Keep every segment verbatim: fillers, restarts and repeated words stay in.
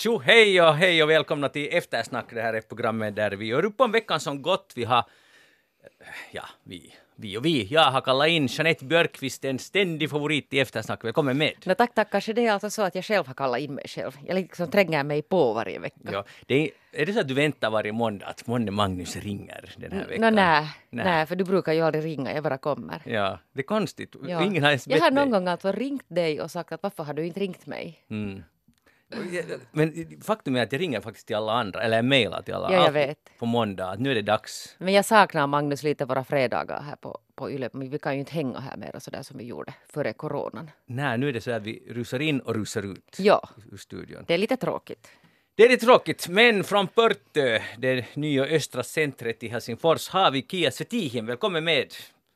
Tjo, hej och hej och välkomna till Eftersnack. Det här är programmet där vi gör upp om veckan som gått. Vi har, ja, vi, vi och vi. Jag har kallat in Jeanette Björkqvist, en ständig favorit i Eftersnack. Välkommen med. No, tack, tack. Kanske det är alltså så att jag själv har kallat in mig själv. Jag liksom tränger mig på varje vecka. Ja, det är, är det så att du väntar varje måndag att måndag Magnus ringer den här veckan? No, nej, nej, för du brukar ju aldrig ringa, jag bara kommer. Ja, det är konstigt. Ja. Ingen har ens bett Jag har någon dig. gång alltså ringt dig och sagt att varför har du inte ringt mig? Mm. Men faktum är att jag ringer faktiskt till alla andra, eller jag mejlar till alla Ja, jag alltid vet. på måndag, att nu är det dags. Men jag saknar Magnus lite våra fredagar här på, på Yle. Men vi kan ju inte hänga här mer så där som vi gjorde före coronan. Nej, nu är det så att vi rusar in och rusar ut Ja, ur studion. det är lite tråkigt. Det är lite tråkigt, men från Pörtö, det nya östra centret i Helsingfors, har vi Kia Svetihin. Välkommen med.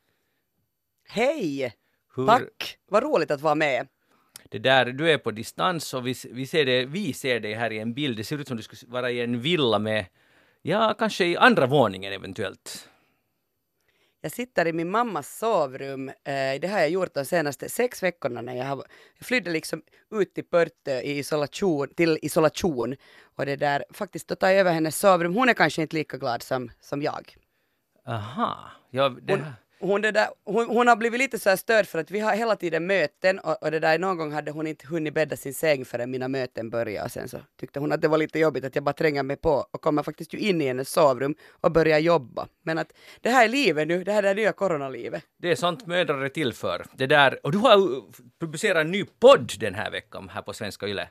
Hej! Hur, Tack! Vad roligt att vara med. Det där, du är på distans och vi, vi, ser det, vi ser dig här i en bild. Det ser ut som du skulle vara i en villa med, ja, kanske i andra våningen eventuellt. Jag sitter i min mammas sovrum. Eh, det har jag gjort de senaste sex veckorna när jag, har, jag flydde liksom ut till Pörtö i isolation, till isolation. Och det där, faktiskt då tar jag över hennes sovrum. Hon är kanske inte lika glad som, som jag. Aha, ja, det, Hon, hon, det där, hon, hon har blivit lite så här störd för att vi har hela tiden möten och, och det där någon gång hade hon inte hunnit bädda sin säng förrän mina möten började och sen så tyckte hon att det var lite jobbigt att jag bara tränger mig på och kommer faktiskt ju in i hennes sovrum och börjar jobba. Men att det här är livet nu, det här är det nya coronalivet. det är sånt mödrar är till för. Det där, och du har publicerat en ny podd den här veckan här på Svenska Yle.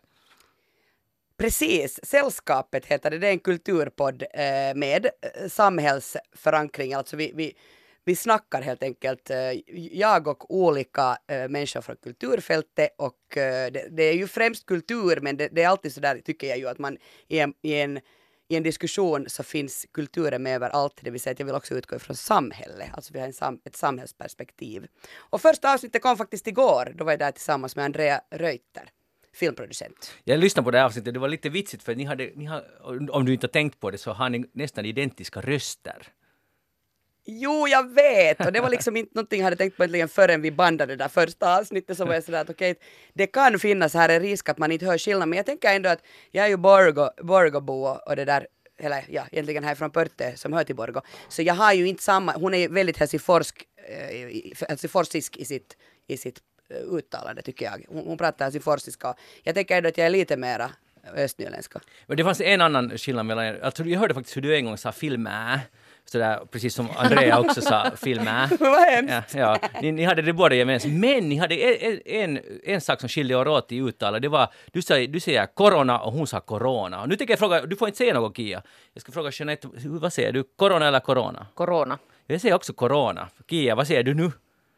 Precis, Sällskapet heter det, det är en kulturpodd eh, med eh, samhällsförankring, alltså vi, vi, vi snackar helt enkelt, eh, jag och olika eh, människor från kulturfältet och eh, det, det är ju främst kultur men det, det är alltid så där tycker jag ju att man i en, i en I en diskussion så finns kulturen med överallt, det vill säga att jag vill också utgå ifrån samhället, alltså vi har en sam, ett samhällsperspektiv. Och första avsnittet kom faktiskt igår, då var jag där tillsammans med Andrea Reuter, filmproducent. Jag lyssnade på det här avsnittet, det var lite vitsigt för ni hade, ni har, om du inte har tänkt på det så har ni nästan identiska röster. Jo, jag vet! Och det var liksom inte någonting jag hade tänkt på egentligen förrän vi bandade det där första avsnittet så var jag sådär att okej, okay, det kan finnas här en risk att man inte hör skillnad men jag tänker ändå att jag är ju Borgo, Borgobo och det där, eller ja, egentligen här från Pörtö som hör till Borgo. Så jag har ju inte samma, hon är väldigt helsingforsk, eh, helsingforsisk i sitt, i sitt uh, uttalande tycker jag. Hon, hon pratar helsingforsiska. Jag tänker ändå att jag är lite mera östnyländska. Men det fanns en annan skillnad mellan er. Alltså, jag hörde faktiskt hur du en gång sa filmä. Sådär, precis som Andrea också sa filmä. Vad hemskt! Ja, ja. Ni, ni hade det båda gemensamt. Men ni hade en, en, en sak som skilde er åt i uttalet. Det var, du säger, du säger corona och hon sa corona. Och nu tänker jag fråga, du får inte säga något Kia. Jag ska fråga Jeanette, vad säger du? Corona eller corona? Corona. Jag säger också corona. Kia, vad säger du nu?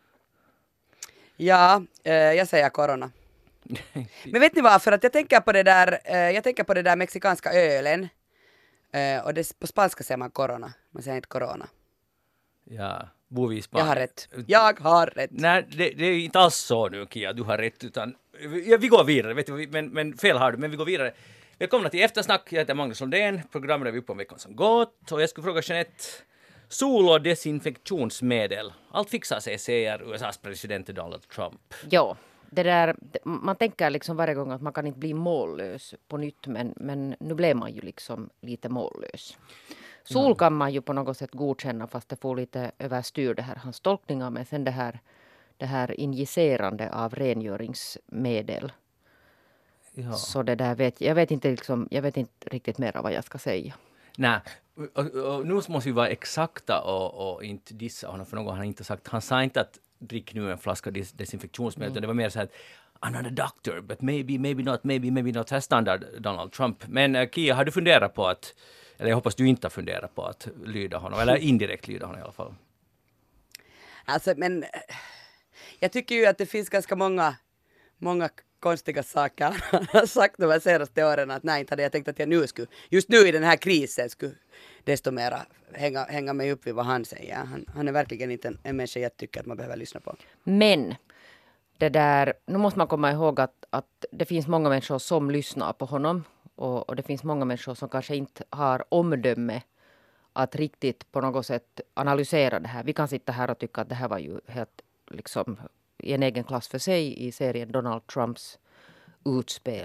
Ja, eh, jag säger corona. Men vet ni vad, för att jag tänker på det där, eh, jag tänker på det där mexikanska ölen. Eh, och det, på spanska säger man corona, man säger inte corona. Ja, bor vi i Jag Spanien? har rätt. Jag har rätt. Nej, det, det är inte alls så nu Kia, du har rätt utan ja, vi går vidare, vet du, men, men fel har du, men vi går vidare. Välkomna till Eftersnack, jag heter Magnus Lundén, programmet är vi uppe om veckan som gått och jag skulle fråga Jeanette, sol- och desinfektionsmedel, allt fixar sig säger U S A:s president Donald Trump. Ja, det där, man tänker liksom varje gång att man kan inte bli mållös på nytt men, men nu blev man ju liksom lite mållös. Sol kan man ju på något sätt godkänna fast det får lite överstyr det här hans tolkningar men sen det här, det här injicerande av rengöringsmedel. Ja. Så det där vet jag vet inte liksom, jag vet inte riktigt mer vad jag ska säga. Nej, och, och, nu måste vi vara exakta och, och inte dissa honom för något han har inte sagt. Han sa inte att drick nu en flaska des- desinfektionsmedel mm. utan det var mer så här att I'm not a doctor but maybe, maybe not, maybe, maybe not. Här standard Donald Trump. Men uh, Kia, har du funderat på att, eller jag hoppas du inte har funderat på att lyda honom, eller indirekt lyda honom i alla fall. Alltså men jag tycker ju att det finns ganska många, många konstiga saker han har sagt de här senaste åren att nej, inte hade jag tänkt att jag nu skulle, just nu i den här krisen skulle desto mera hänga, hänga mig upp vid vad han säger. Han, han är verkligen inte en, en människa jag tycker att man behöver lyssna på. Men det där, nu måste man komma ihåg att, att det finns många människor som lyssnar på honom och, och det finns många människor som kanske inte har omdöme att riktigt på något sätt analysera det här. Vi kan sitta här och tycka att det här var ju helt liksom i en egen klass för sig i serien Donald Trumps utspel.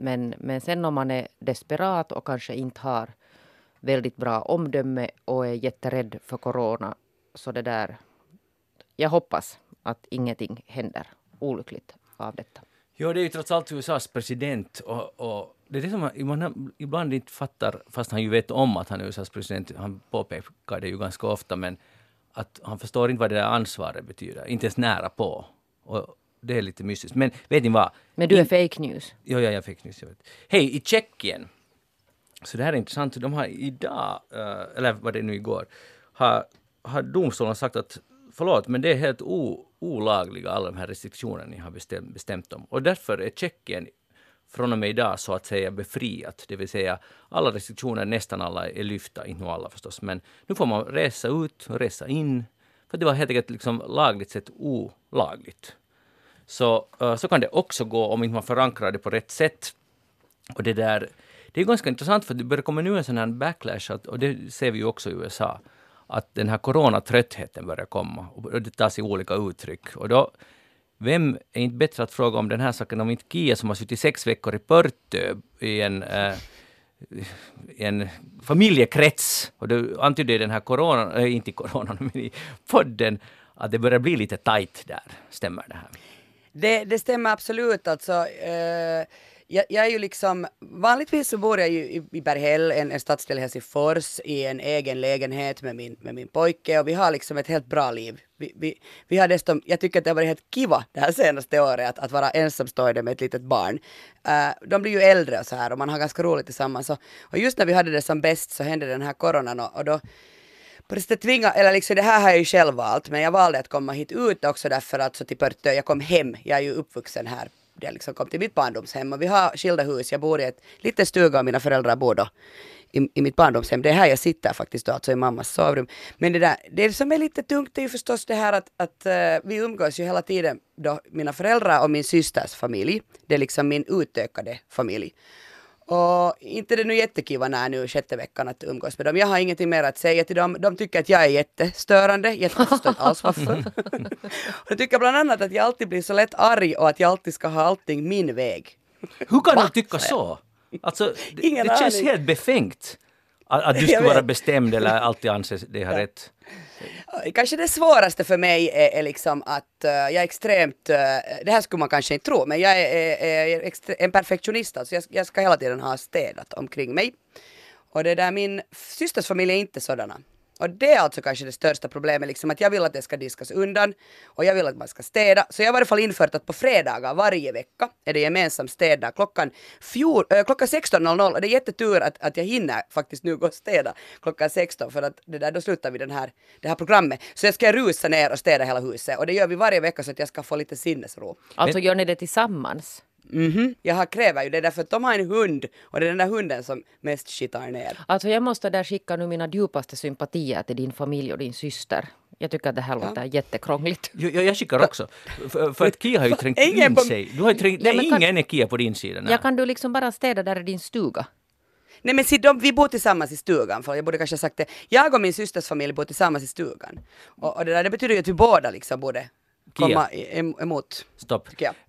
Men, men sen om man är desperat och kanske inte har väldigt bra omdöme och är jätterädd för corona, så det där, jag hoppas att ingenting händer olyckligt av detta. Jo, det är ju trots allt U S A:s president och, och det är det som man, man ibland inte fattar, fast han ju vet om att han är U S A:s president, han påpekar det ju ganska ofta, men att han förstår inte vad det där ansvaret betyder, inte ens nära på. Och det är lite mystiskt. Men vet ni vad? Men du är In, fake news. Jo, ja, jag är fake news, jag vet. Hej, i Tjeckien, så det här är intressant, de har idag, uh, eller vad det är nu igår, har, har domstolen sagt att förlåt, men det är helt o, olagliga alla de här restriktionerna ni har bestämt, bestämt om. Och därför är Tjeckien från och med idag så att säga befriat. Det vill säga alla restriktioner, nästan alla är lyfta, inte alla förstås. Men nu får man resa ut och resa in. För det var helt enkelt liksom lagligt sett olagligt. Så, uh, så kan det också gå om inte man förankrar det på rätt sätt. Och det där, det är ganska intressant för det börjar komma nu en sån här backlash, att, och det ser vi ju också i U S A. Att den här coronatröttheten börjar komma och det tar sig olika uttryck. Och då, vem är inte bättre att fråga om den här saken om inte Kia som har suttit sex veckor i Pörtö i en, äh, i en familjekrets. Och du antydde den här coronan, äh, inte i coronan, men i podden, att det börjar bli lite tajt där. Stämmer det här? Det, det stämmer absolut. Alltså, eh, jag, jag är ju liksom, vanligtvis så bor jag ju i, i Berghäll, en, en stadsdel i Helsingfors, i en egen lägenhet med min, med min pojke, och vi har liksom ett helt bra liv. Vi, vi, vi har dessutom, jag tycker att det har varit helt kiva det här senaste året att, att vara ensamstående med ett litet barn. Uh, de blir ju äldre och så här och man har ganska roligt tillsammans. Och, och just när vi hade det som bäst så hände den här coronan och, och då på det sättet tvinga, eller liksom det här har jag ju själv valt, men jag valde att komma hit ut också därför att så till Pörtö, jag kom hem, jag är ju uppvuxen här. Jag liksom kom till mitt barndomshem och vi har skilda hus. Jag bor i ett litet stuga och mina föräldrar bor då i, i mitt barndomshem. Det är här jag sitter faktiskt då, alltså i mammas sovrum. Men det där, det som är lite tungt är ju förstås det här att, att uh, vi umgås ju hela tiden då, mina föräldrar och min systers familj. Det är liksom min utökade familj. Och inte det nu jättekiva när nu sjätte veckan att umgås med dem. Jag har ingenting mer att säga till dem. De tycker att jag är jättestörande. Jag förstår inte alls varför. Och de tycker bland annat att jag alltid blir så lätt arg och att jag alltid ska ha allting min väg. Hur kan Va? de tycka så? Alltså, det, Ingen det känns aning. helt befängt. Att, att du ska vara bestämd eller alltid anses det har ja. rätt. Kanske det svåraste för mig är, är liksom att uh, jag är extremt, uh, det här skulle man kanske inte tro, men jag är, är, är extre, en perfektionist, alltså jag, jag ska hela tiden ha städat omkring mig. Och det där, min systers familj är inte sådana. Och det är alltså kanske det största problemet, liksom att jag vill att det ska diskas undan och jag vill att man ska städa. Så jag har i varje fall infört att på fredagar varje vecka är det gemensam städa klockan, fjor, äh, klockan sexton noll noll. Och det är jättetur att, att jag hinner faktiskt nu gå och städa klockan sexton för att det där, då slutar vi den här, det här programmet. Så jag ska rusa ner och städa hela huset och det gör vi varje vecka så att jag ska få lite sinnesro. Alltså gör ni det tillsammans? Mhm, jag har kräver ju det därför att de har en hund och det är den där hunden som mest skitar ner. Alltså jag måste där skicka nu mina djupaste sympatier till din familj och din syster. Jag tycker att det här ja. låter jättekrångligt. Jag, jag skickar också. För, för att Kia har ju trängt in på... sig. Du har ju trängt, nej, nej, ingen kan... är Kia på din sida. Nej. Jag kan du liksom bara städa där i din stuga. Nej men se, de, vi bor tillsammans i stugan, för jag borde kanske ha sagt det. Jag och min systers familj bor tillsammans i stugan. Och, och det, där, det betyder ju att vi båda liksom borde komma emot. Stopp.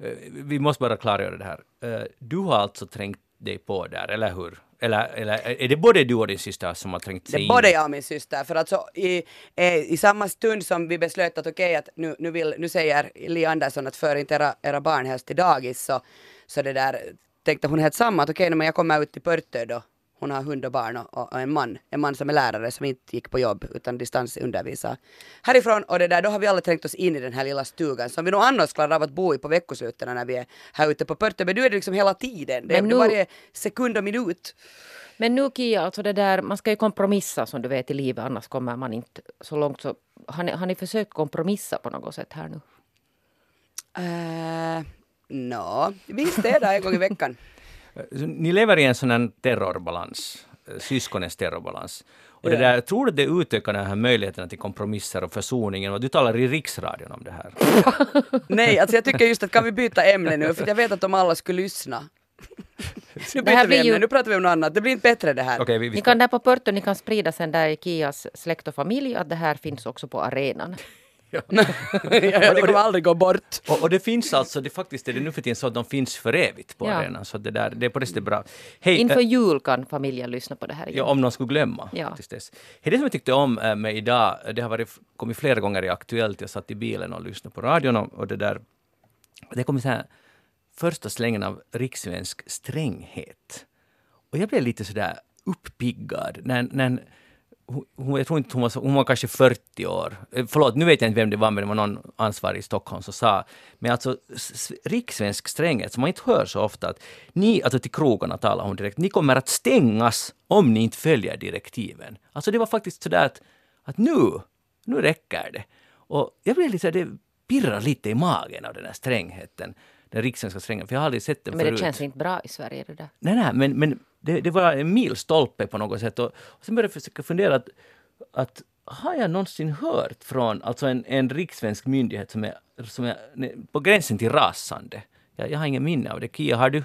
Vi måste bara klargöra det här. Du har alltså trängt dig på där, eller hur? Eller, eller är det både du och din syster som har trängt sig in? Det är både jag och min syster. För alltså i, i samma stund som vi beslöt att okej, okay, att nu, nu, vill, nu säger Li Andersson att för inte era, era barn helst till dagis, så, så det där tänkte hon helt samma att okej, okay, men jag kommer ut till Pörtö då. Hon har hund och barn och, och en man, en man som är lärare som inte gick på jobb utan distansundervisar härifrån. Och det där, då har vi alla trängt oss in i den här lilla stugan som vi nog annars klarar av att bo i på veckosluten när vi är här ute på Pörtö. Men du är det liksom hela tiden, det är nu, varje sekund och minut. Men nu Kia, alltså det där, man ska ju kompromissa som du vet i livet, annars kommer man inte så långt. Så har ni, har ni försökt kompromissa på något sätt här nu? Uh, no, vi städar en gång i veckan. Ni lever i en sån här terrorbalans, syskonens terrorbalans. Och det där, tror du det utökar den här möjligheterna till kompromisser och försoningen? Du talar i riksradion om det här. Nej, alltså jag tycker just att kan vi byta ämne nu? För jag vet att de alla skulle lyssna. Nu byter vi ämne, ju... nu pratar vi om något annat. Det blir inte bättre det här. Okay, vi, vi ni kan där på Pörtö, ni kan sprida sen där i Kias släkt och familj att det här finns också på arenan. Ja. ja, det kommer aldrig gå bort. Och, och det finns alltså, det faktiskt är det nu för tiden så att de finns för evigt på Ja. arenan. Så det, där, det är på det sättet bra. Hej, Inför äh, jul kan familjen lyssna på det här igen. ja, om någon skulle glömma. Ja. Tills dess. Hej, det som jag tyckte om äh, med idag, det har varit, kommit flera gånger i Aktuellt. Jag satt i bilen och lyssnade på radion och, och det där. Det kom så här första slängen av rikssvensk stränghet. Och jag blev lite sådär uppiggad när, när hon, jag tror inte hon var, så, hon var kanske fyrtio år. Förlåt, nu vet jag inte vem det var, men det var någon ansvarig i Stockholm som sa, men alltså s- rikssvensk stränghet som man inte hör så ofta, att ni, alltså till krogarna talar hon direkt, ni kommer att stängas om ni inte följer direktiven. Alltså det var faktiskt sådär att, att nu, nu räcker det. Och jag blev lite det pirrar lite i magen av den här strängheten, den rikssvenska strängheten, för jag har aldrig sett den Men förut. det känns inte bra i Sverige det där. Nej, nej, men, men det, det var en milstolpe på något sätt. Och, och sen började jag försöka fundera att, att har jag någonsin hört från alltså en, en rikssvensk myndighet som är, som är på gränsen till rasande? Jag, jag har ingen minne av det. Kia, har du?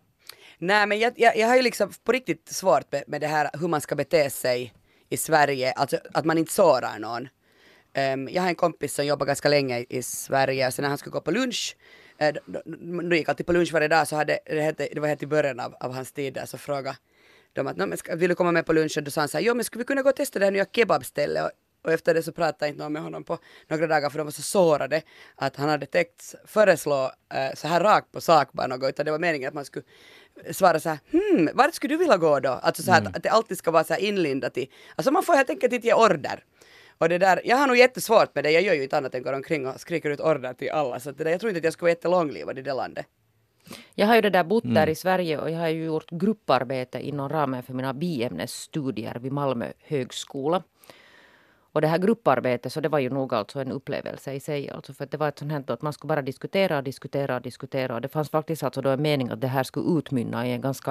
Nej, men jag, jag, jag har ju liksom på riktigt svårt med, med det här hur man ska bete sig i Sverige, alltså att man inte sårar någon. Um, jag har en kompis som jobbar ganska länge i, i Sverige, och sen när han skulle gå på lunch, uh, då, då, då gick alltid på lunch varje dag, så hade, det, hette, det var helt i början av, av hans tid där, så frågade de att, men ska, vill du komma med på lunchen? Då sa han så här, jo men skulle vi kunna gå och testa det här nya kebabstället? Och, och efter det så pratade inte någon med honom på några dagar, för de var så sårade att han hade tänkt föreslå uh, så här rakt på sak bara något, utan det var meningen att man skulle svara så här, hmm, vart skulle du vilja gå då? Alltså så här mm. att, att det alltid ska vara så här inlindat i, alltså man får helt enkelt inte ge order. Och det där, jag har nog jättesvårt med det, jag gör ju inte annat än går omkring och skriker ut order till alla, så det där, jag tror inte att jag skulle vara jättelånglivad i det landet. Jag har ju det där bott Mm. där i Sverige, och jag har ju gjort grupparbete inom ramen för mina biämnesstudier vid Malmö högskola. Och det här grupparbetet, så det var ju nog alltså en upplevelse i sig. Alltså, för att det var ett sånt här att man skulle bara diskutera och diskutera och diskutera. Och det fanns faktiskt alltså då en mening att det här skulle utmynna i en ganska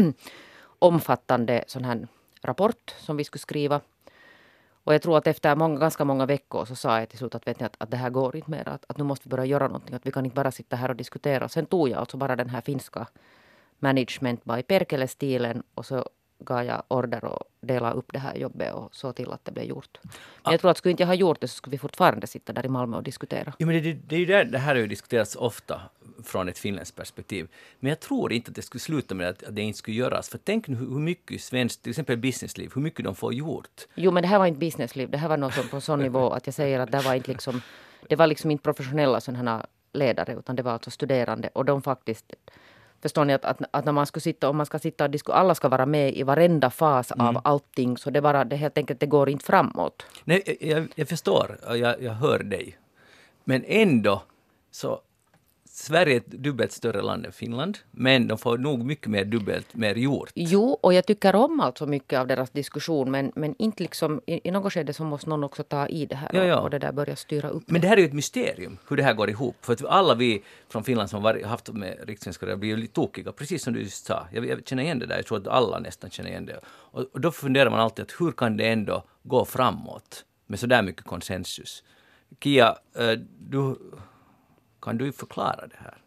omfattande sån här rapport som vi skulle skriva. Och jag tror att efter många, ganska många veckor så sa jag till slut att, vet ni, att, att det här går inte mer. Att, att nu måste vi börja göra någonting. Att vi kan inte bara sitta här och diskutera. Sen tog jag alltså bara den här finska management by Perkele-stilen. Och så gav jag order och delade upp det här jobbet och så till att det blev gjort. Men jag tror att skulle inte jag ha gjort det, så skulle vi fortfarande sitta där i Malmö och diskutera. Ja, men det, det, det, är ju där, det här har ju diskuterats ofta från ett finländskt perspektiv. Men jag tror inte att det skulle sluta med att, att det inte skulle göras. För tänk nu hur, hur mycket svenskt, till exempel businessliv, hur mycket de får gjort. Jo, men det här var inte businessliv. Det här var något som, på en sån nivå att jag säger att det var inte liksom, det var liksom inte professionella sådana ledare, utan det var alltså studerande. Och de faktiskt, förstår ni att, att, att när man ska sitta, om man ska sitta och diskutera, alla ska vara med i varenda fas mm. av allting, så det bara, det helt enkelt, det går inte framåt. Nej, jag, jag förstår och jag, jag hör dig. Men ändå så Sverige är ett dubbelt större land än Finland, men de får nog mycket mer dubbelt mer gjort. Jo, och jag tycker om alltså mycket av deras diskussion, men, men inte liksom, i, i något skede så måste någon också ta i det här ja, ja. och det där börja styra upp. Men det här är ju ett mysterium, hur det här går ihop. För att alla vi från Finland som har haft med rikssvenskar blir ju lite tokiga, precis som du just sa. Jag, jag känner igen det där, jag tror att alla nästan känner igen det. Och, och då funderar man alltid att hur kan det ändå gå framåt med så där mycket konsensus? Kia, du... Kan du förklara det här?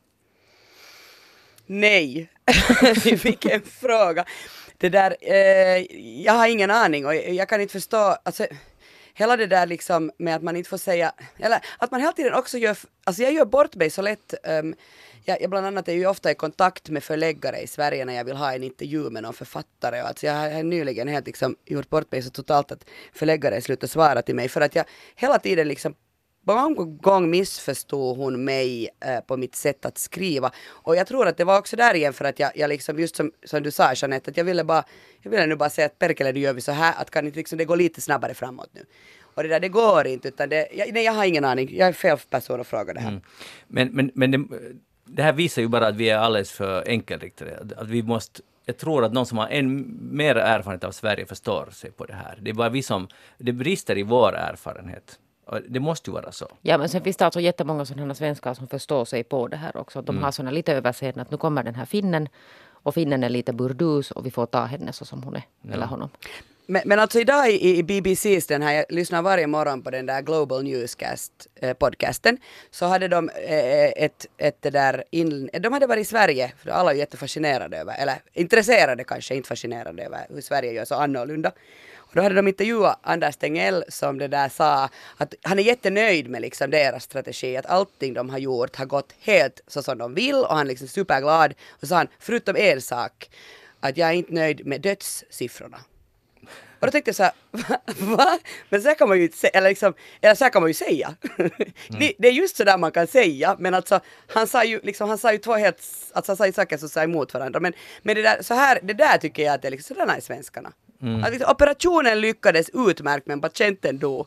Nej, vilken fråga. Det där, eh, jag har ingen aning och jag, jag kan inte förstå, alltså hela det där liksom med att man inte får säga, eller att man hela tiden också gör, alltså jag gör bort mig så lätt. Um, jag, jag bland annat är ju ofta i kontakt med förläggare i Sverige när jag vill ha en intervju med någon författare, och alltså jag har nyligen helt liksom gjort bort mig så totalt att förläggare slutar svara till mig, för att jag hela tiden liksom många gång missförstod hon mig äh, på mitt sätt att skriva. Och jag tror att det var också där igen, för att jag, jag liksom, just som, som du sa Jeanette, att jag ville bara, jag ville nu bara säga att Perkele, nu gör vi så här, att kan inte liksom det går lite snabbare framåt nu. Och det där, det går inte, utan det, jag, nej, jag har ingen aning, jag är fel person att fråga det här. Mm. Men, men, men det, det här visar ju bara att vi är alldeles för enkelriktade, att vi måste, jag tror att någon som har en mer erfarenhet av Sverige förstår sig på det här. Det är bara vi som, det brister i vår erfarenhet. Det måste ju vara så. Ja, men sen finns det alltså jättemånga sådana svenskar som förstår sig på det här också. De mm. har sådana lite överseende att nu kommer den här finnen, och finnen är lite burdus och vi får ta henne så som hon är, ja. Eller honom. Men, men alltså idag i, i B B C's den här, jag lyssnar varje morgon på den där Global Newscast eh, podcasten, så hade de eh, ett, ett det där in, de hade varit i Sverige, för alla är ju jättefascinerade över, eller intresserade kanske, inte fascinerade över hur Sverige gör så annorlunda. Och då hade de intervjuat Anders Tegnell som det där sa att han är jättenöjd med liksom deras strategi, att allting de har gjort har gått helt så som de vill och han är liksom superglad. Och så sa han, förutom en sak, att jag är inte nöjd med dödssiffrorna. Och då tänkte jag så här, va? va? Men så här kan man ju inte säga, eller, liksom, eller så här kan man ju säga. Mm. det, det är just så där man kan säga, men alltså han sa ju, liksom, han sa ju två helt, alltså han sa ju saker som sa emot varandra. Men, men det, där, så här, det där tycker jag att det är liksom sådana i svenskarna. Mm. Att liksom, operationen lyckades utmärkt men patienten dog.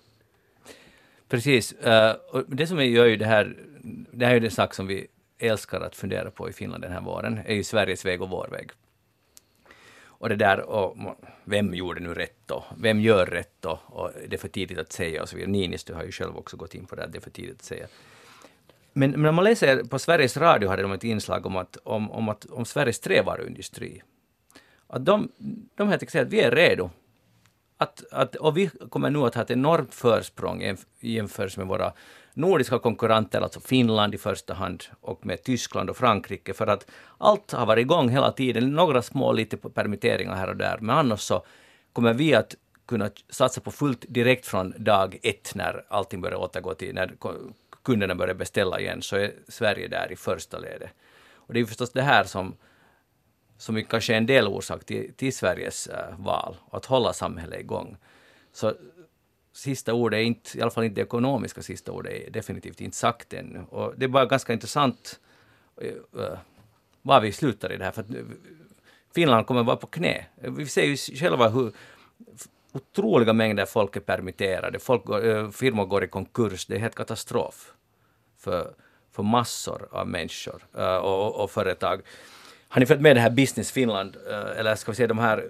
Precis, uh, och det som gör ju det här, det här är ju det sak som vi älskar att fundera på i Finland den här våren, är ju Sveriges väg och vår väg. Och det där, och vem gjorde nu rätt då? Vem gör rätt då? Och det är för tidigt att säga och så vidare. Niinistö har ju själv också gått in på det, att det är för tidigt att säga. Men, men om man läser på Sveriges Radio hade de ett inslag om, att, om, om, att, om Sveriges trävaruindustri. Att de, de helt enkelt att vi är redo. Att, att, och vi kommer nu att ha ett enormt försprång i jämförelse med våra nordiska konkurrenter, alltså Finland i första hand och med Tyskland och Frankrike, för att allt har varit igång hela tiden, några små lite permitteringar här och där, men annars så kommer vi att kunna satsa på fullt direkt från dag ett när allting börjar återgå till, när kunderna börjar beställa igen, så är Sverige där i första ledet. Och det är förstås det här som som kanske är en del orsak till, till Sveriges äh, val, att hålla samhället igång. Så sista ordet är inte, i alla fall inte det ekonomiska sista ordet, är definitivt inte sagt ännu. Och det är bara ganska intressant äh, var vi slutar i det här, för att Finland kommer vara på knä. Vi ser ju själva hur otroliga mängder folk är permitterade, folk går, äh, firmor går i konkurs, det är helt katastrof för, för massor av människor äh, och, och, och företag. Har ni följt med det här Business Finland, eller ska vi säga de här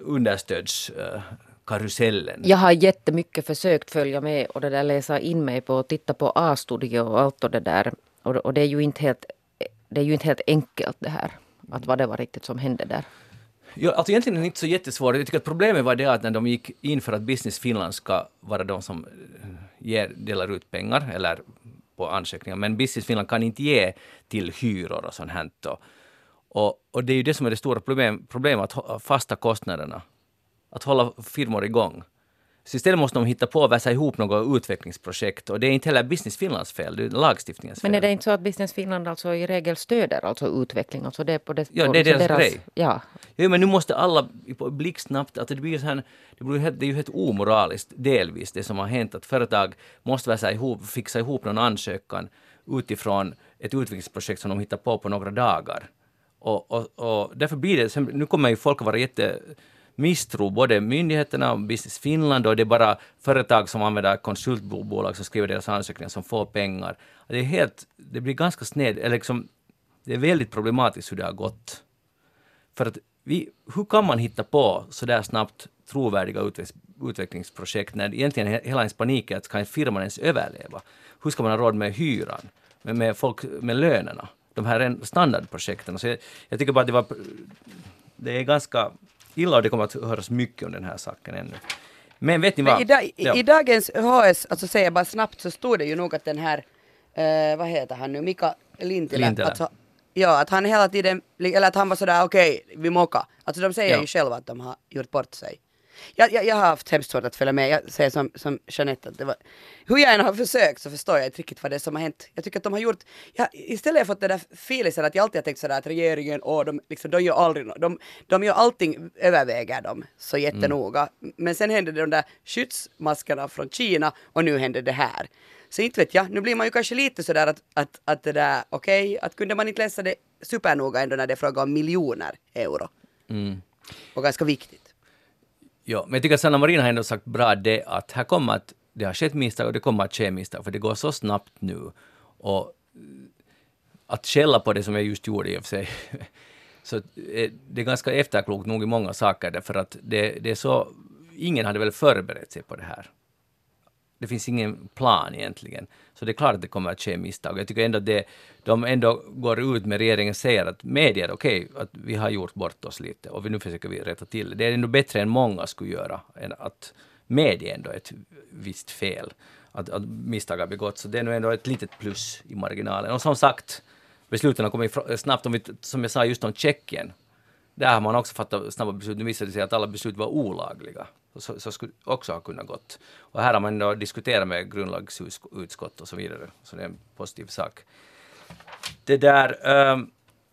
understödskarusellen? Jag har jättemycket försökt följa med och det där läsa in mig på och titta på A-studio och allt och det där. Och, och det är ju inte helt, det är ju inte helt enkelt det här, att vad det var riktigt som hände där. Ja, alltså egentligen är det inte så jättesvårt. Jag tycker att problemet var det att när de gick in för att Business Finland ska vara de som ger, delar ut pengar eller på ansökningar, men Business Finland kan inte ge till hyror och sånt här. Och, och det är ju det som är det stora problem, problemet, att fasta kostnaderna. Att hålla firmor igång. Så istället måste de hitta på och vässa ihop något utvecklingsprojekt. Och det är inte heller Business Finlands fel, det är lagstiftningens fel. Men är det inte så att Business Finland alltså i regel stöder alltså utveckling? Alltså det är på det, ja, det är deras, deras grej. Ja. Ja, men nu måste alla blixtsnabbt, att det blir så här, det, blir helt, det är ju helt omoraliskt delvis det som har hänt, att företag måste vässa ihop, fixa ihop någon ansökan utifrån ett utvecklingsprojekt som de hittar på på några dagar. Och, och, och därför blir det, nu kommer ju folk att vara jätte misstro, både myndigheterna och Business Finland, och det är bara företag som använder konsultbolag som skriver deras ansökningar som får pengar. Det är helt, det blir ganska sned, eller liksom, det är väldigt problematiskt hur det har gått. För att vi, hur kan man hitta på så där snabbt trovärdiga utvecklingsprojekt när egentligen hela ens panik är att kan firman ens överleva? Hur ska man ha råd med hyran, med, med folk, med lönerna? De här standardprojekten. Så jag, jag tycker bara att det var, det är ganska illa och det kommer att höras mycket om den här saken ännu. Men vet ni vad? Men i, dag, ja. I dagens H S, alltså säger jag bara snabbt, så stod det ju nog att den här, eh, vad heter han nu, Mika Lintilä, Lintilä. Alltså, ja, att han hela tiden, eller att han var sådär okej, okay, vi moka. Alltså de säger ja. ju själva att de har gjort bort sig. Jag, jag, jag har haft hemskt svårt att följa med. Jag säger som, som Jeanette att det var, hur jag än har försökt så förstår jag inte riktigt vad det är som har hänt. Jag tycker att de har gjort, jag, istället har jag fått det där feelingen att jag alltid har tänkt sådär att regeringen, åh, de, liksom, de gör aldrig, de, de gör allting, överväger dem så jättenoga. Mm. Men sen hände det de där skyddsmaskerna från Kina och nu händer det här. Så inte vet jag, nu blir man ju kanske lite sådär att, att, att det där, okej, okay, att kunde man inte läsa det supernoga ändå när det är fråga om miljoner euro. Mm. Och ganska viktigt. Ja, men jag tycker att Sanna Marin har ändå sagt bra det att här kommer att det har skett misstag och det kommer att ske misstag, för det går så snabbt nu. Och att skälla på det som jag just gjorde i och för sig, så det är ganska efterklokt nog i många saker, därför att det, det är så, ingen hade väl förberett sig på det här. Det finns ingen plan egentligen. Så det är klart att det kommer att ske misstag. Jag tycker ändå att det, de ändå går ut med regeringen säger att medier, okej, okay, att vi har gjort bort oss lite och nu försöker vi rätta till det. Det är ändå bättre än många skulle göra än att medie ändå ett visst fel. Att, att misstag har begått. Så det är nog ändå ett litet plus i marginalen. Och som sagt, besluten har kommit snabbt, om vi, som jag sa just om Tjeckien. Där har man också fattat snabba beslut. Nu visade det sig att alla beslut var olagliga. Så, så skulle också ha kunnat gått. Och här har man då diskuterat med grundlagsutskott och så vidare. Så det är en positiv sak. Det där... Um,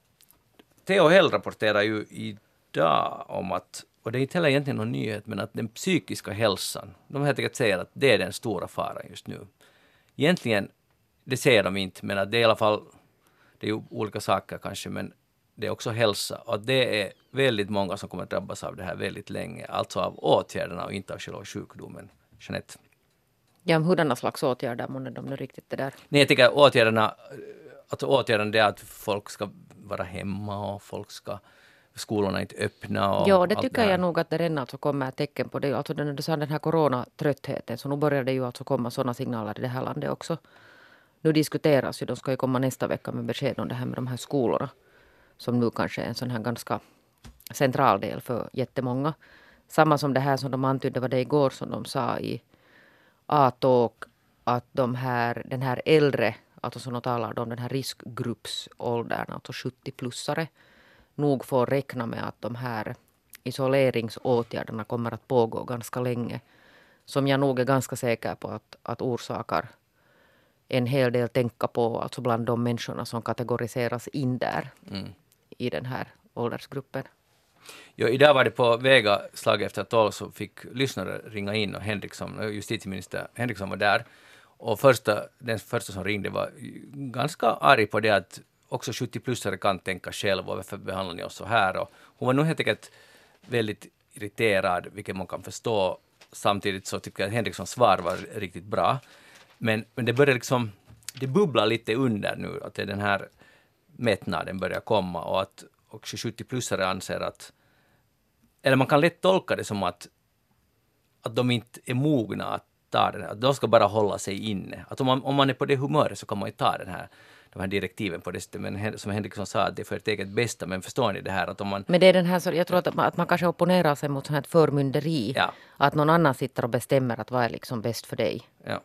Theo Hell rapporterar ju idag om att, och det är inte heller egentligen någon nyhet, men att den psykiska hälsan, de helt enkelt säger att det är den stora faran just nu. Egentligen, det säger de inte, men att det är i alla fall, det är ju olika saker kanske, men det är också hälsa. Och det är väldigt många som kommer att drabbas av det här väldigt länge, alltså av åtgärderna och inte av själva sjukdomen. Jeanette? Ja, men hurdana slags åtgärder månne de nu riktigt det där? Nej, jag tycker åtgärderna, alltså åtgärderna är att folk ska vara hemma och folk ska, skolorna inte öppna. Och ja, det allt tycker det jag nog att det redan alltså kommer tecken på det. Alltså den, du sa den här coronatröttheten, så nu börjar det ju alltså komma sådana signaler i det här landet också. Nu diskuteras ju, de ska ju komma nästa vecka med besked om det här med de här skolorna, som nu kanske är en sån här ganska central del för jättemånga. Samma som det här som de antydde var det igår som de sa i A-talk, att de här, den här äldre, alltså som de talar om den här riskgruppsåldern, alltså sjuttio-plussare, nog får räkna med att de här isoleringsåtgärderna kommer att pågå ganska länge. Som jag nog är ganska säker på att, att orsakar en hel del tänka på, alltså bland de människorna som kategoriseras in där mm. i den här åldersgruppen. Ja, idag var det på Vega slag efter tolv så fick lyssnare ringa in och Henriksson, justitieminister Henriksson var där. Och första, den första som ringde var ganska arg på det att också sjuttio-plussare kan tänka själv och varför behandlar ni oss så här. Och hon var nog helt enkelt väldigt irriterad, vilket man kan förstå. Samtidigt så tycker jag att Henrikssons svar var riktigt bra. Men, men det börjar liksom, det bubblar lite under nu att det är den här mättnaden börjar komma och att också sjuttio-plussare anser att, eller man kan lätt tolka det som att, att de inte är mogna att ta den här, att de ska bara hålla sig inne. Att om man, om man är på det humöret så kan man ju ta den här, de här direktiven på det sättet, men som Henriksson sa, att det är för ett eget bästa, men förstår ni det här att om man... Men det är den här, så jag tror att man, att man kanske opponerar sig mot sånt här förmynderi, ja. Att någon annan sitter och bestämmer att vad är liksom bäst för dig. Ja.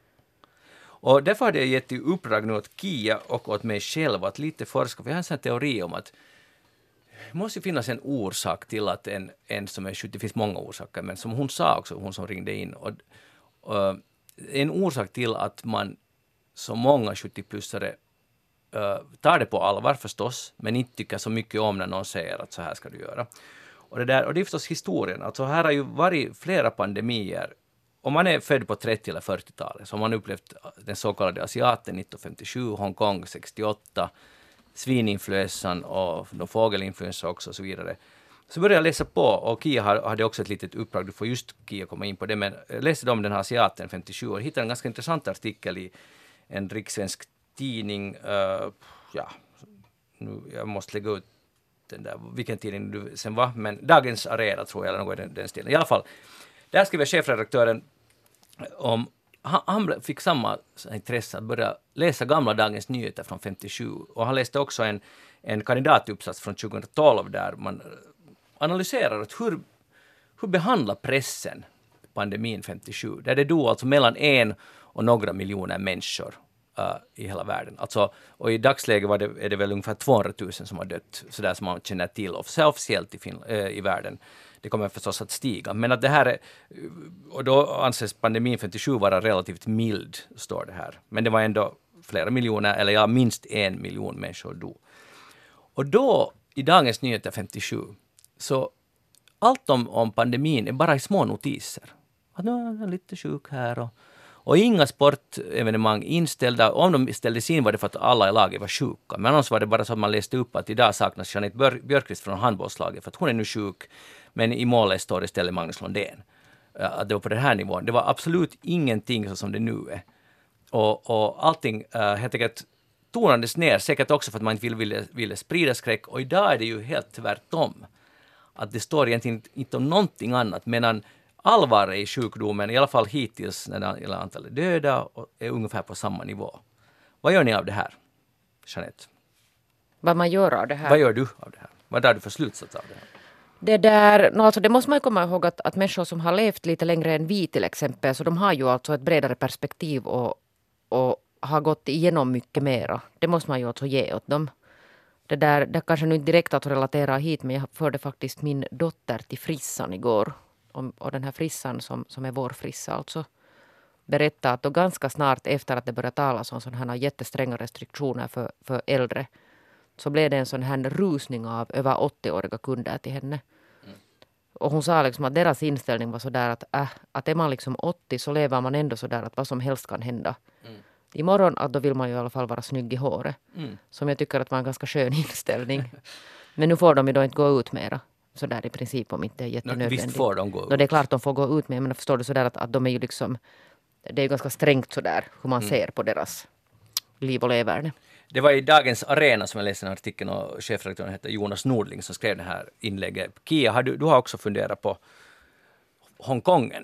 Och därför har det gett i uppdrag nu åt Kia och åt mig själv att lite forska, för jag har en sån teori om att det måste finnas en orsak till att en, en som är sjuttio, det finns många orsaker, men som hon sa också, hon som ringde in, och, och en orsak till att man så många sjuttio-plussare uh, tar det på allvar förstås, men inte tycker så mycket om när någon säger att så här ska du göra. Och det, där, och det är förstås historien, alltså här har ju varit flera pandemier. Om man är född på trettio- eller fyrtiotalet så har man upplevt den så kallade asiaten nittonhundrafemtiosju, Hongkong sextioåtta, svininfluensan och fågelinfluensa också och så vidare. Så började jag läsa på och Kia hade också ett litet uppdrag, du får just Kia komma in på det, men jag läste om den här asiaten femtiosju och hittade en ganska intressant artikel i en rikssvensk tidning, uh, ja, nu, jag måste lägga ut den där, vilken tidning du sen var, men Dagens Arena tror jag, eller något i den, den stilen. I alla fall, där skriver chefredaktören om, han, han fick samma intresse att börja läsa gamla Dagens Nyheter från femtiosju. Och han läste också en, en kandidatuppsats från tjugohundratolv där man analyserar att hur, hur behandlar pressen pandemin femtiosju. Där det då alltså mellan en och några miljoner människor uh, i hela världen. Alltså, och i dagsläget var det, är det väl ungefär tvåhundratusen som har dött, så där som man känner till officiellt i, Fin- äh, i världen. Det kommer förstås att stiga. Men att det här är, och då anses pandemin femtiosju vara relativt mild, står det här. Men det var ändå flera miljoner, eller ja, minst en miljon människor dog. Och då, i Dagens Nyheter femtiosju, så allt om, om pandemin är bara i små notiser. Att nu är jag lite sjuk här och, och inga sportevenemang inställda. Om de ställdes in var det för att alla i laget var sjuka. Men annars var det bara så att man läste upp att idag saknas Jeanette Björkqvist från handbollslaget för att hon är nu sjuk. Men i målet står istället Magnus Lundén. Att det var på den här nivån. Det var absolut ingenting så som det nu är. Och, och allting uh, helt enkelt tonades ner. Säkert också för att man inte ville, ville, ville sprida skräck. Och idag är det ju helt tvärtom. Att det står egentligen inte om någonting annat. Medan allvar i sjukdomen, i alla fall hittills när det gäller antalet döda, är ungefär på samma nivå. Vad gör ni av det här, Jeanette? Vad man gör av det här? Vad gör du av det här? Vad är det för slutsats av det här? Det där, no alltså det måste man ju komma ihåg att, att människor som har levt lite längre än vi till exempel, så de har ju alltså ett bredare perspektiv och, och har gått igenom mycket mera. Det måste man ju alltså ge åt dem. Det där, det kanske nu inte direkt att relatera hit, men jag förde faktiskt min dotter till frissan igår. och, och den här frissan som, som är vår frissa alltså berättade att då ganska snart efter att det började talas om sådana här jättestränga restriktioner för, för äldre så blev det en sån här rusning av över åttio-åriga kunder till henne. Mm. Och hon sa liksom att deras inställning var så där att, äh, att är man liksom åttio så lever man ändå så där att vad som helst kan hända. Mm. Imorgon att då vill man ju i alla fall vara snygg i håret. Mm. Som jag tycker att var en ganska skön inställning. Men nu får de ju då inte gå ut mera. Så där i princip om inte är jättenödvändigt. Visst får de gå ut. Då det är klart de får gå ut med. Men jag förstår det så där att, att de är ju liksom det är ju ganska strängt så där hur man mm. ser på deras liv och leverne. Det var i Dagens Arena som jag läste en artikel och chefredaktören heter Jonas Nordling som skrev det här inlägget. Kia, har du, du har också funderat på Hongkongen.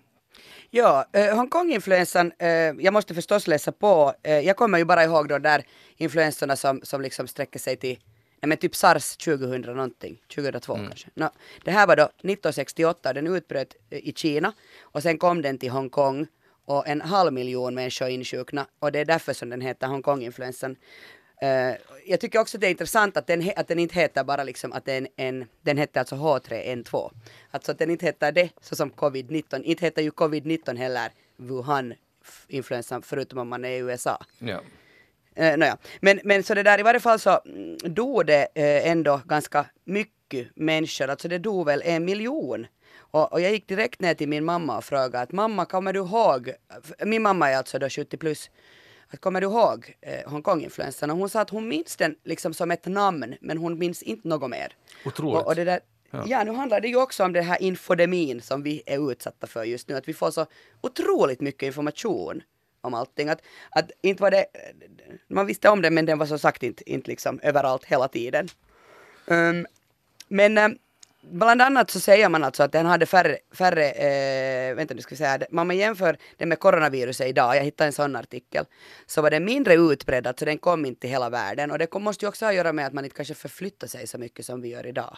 Ja, eh, Hongkong-influensan, eh, jag måste förstås läsa på. Eh, jag kommer ju bara ihåg de där influenserna som, som liksom sträcker sig till nej, men typ SARS tjugohundra någonting, tjugohundratvå mm. kanske. No, det här var då nittonhundrasextioåtta, den utbröt i Kina och sen kom den till Hongkong och en halv miljon människor insjukna och det är därför som den heter Hongkong-influensan. Uh, jag tycker också att det är intressant att den, att den inte heter bara liksom att den, en, den heter alltså H tre N två. Alltså att den inte heter det så som covid nitton. Inte heter ju covid nitton heller Wuhan-influensan förutom om man är i U S A. Ja. Uh, naja. men, men så det där i varje fall så mm, dog det uh, ändå ganska mycket människor. Alltså det dog väl en miljon. Och, och jag gick direkt ner till min mamma och frågade att mamma, kommer du ihåg, min mamma är alltså då sjuttio plus, att kommer du ihåg eh, Hongkong-influensan? Och hon sa att hon minns den liksom som ett namn, men hon minns inte något mer. Otroligt. Och, och det där, ja. ja, nu handlar det ju också om det här infodemin som vi är utsatta för just nu. Att vi får så otroligt mycket information om allting. Att, att inte var det, man visste om det, men den var så sagt inte, inte liksom överallt hela tiden. Um, men... Um, Bland annat så säger man alltså att den hade färre, färre eh, vänta nu ska vi säga, man jämför det med coronaviruset idag, jag hittade en sån artikel, så var den mindre utbredd, alltså den kom inte till hela världen och det kom, måste ju också ha att göra med att man inte kanske förflyttar sig så mycket som vi gör idag.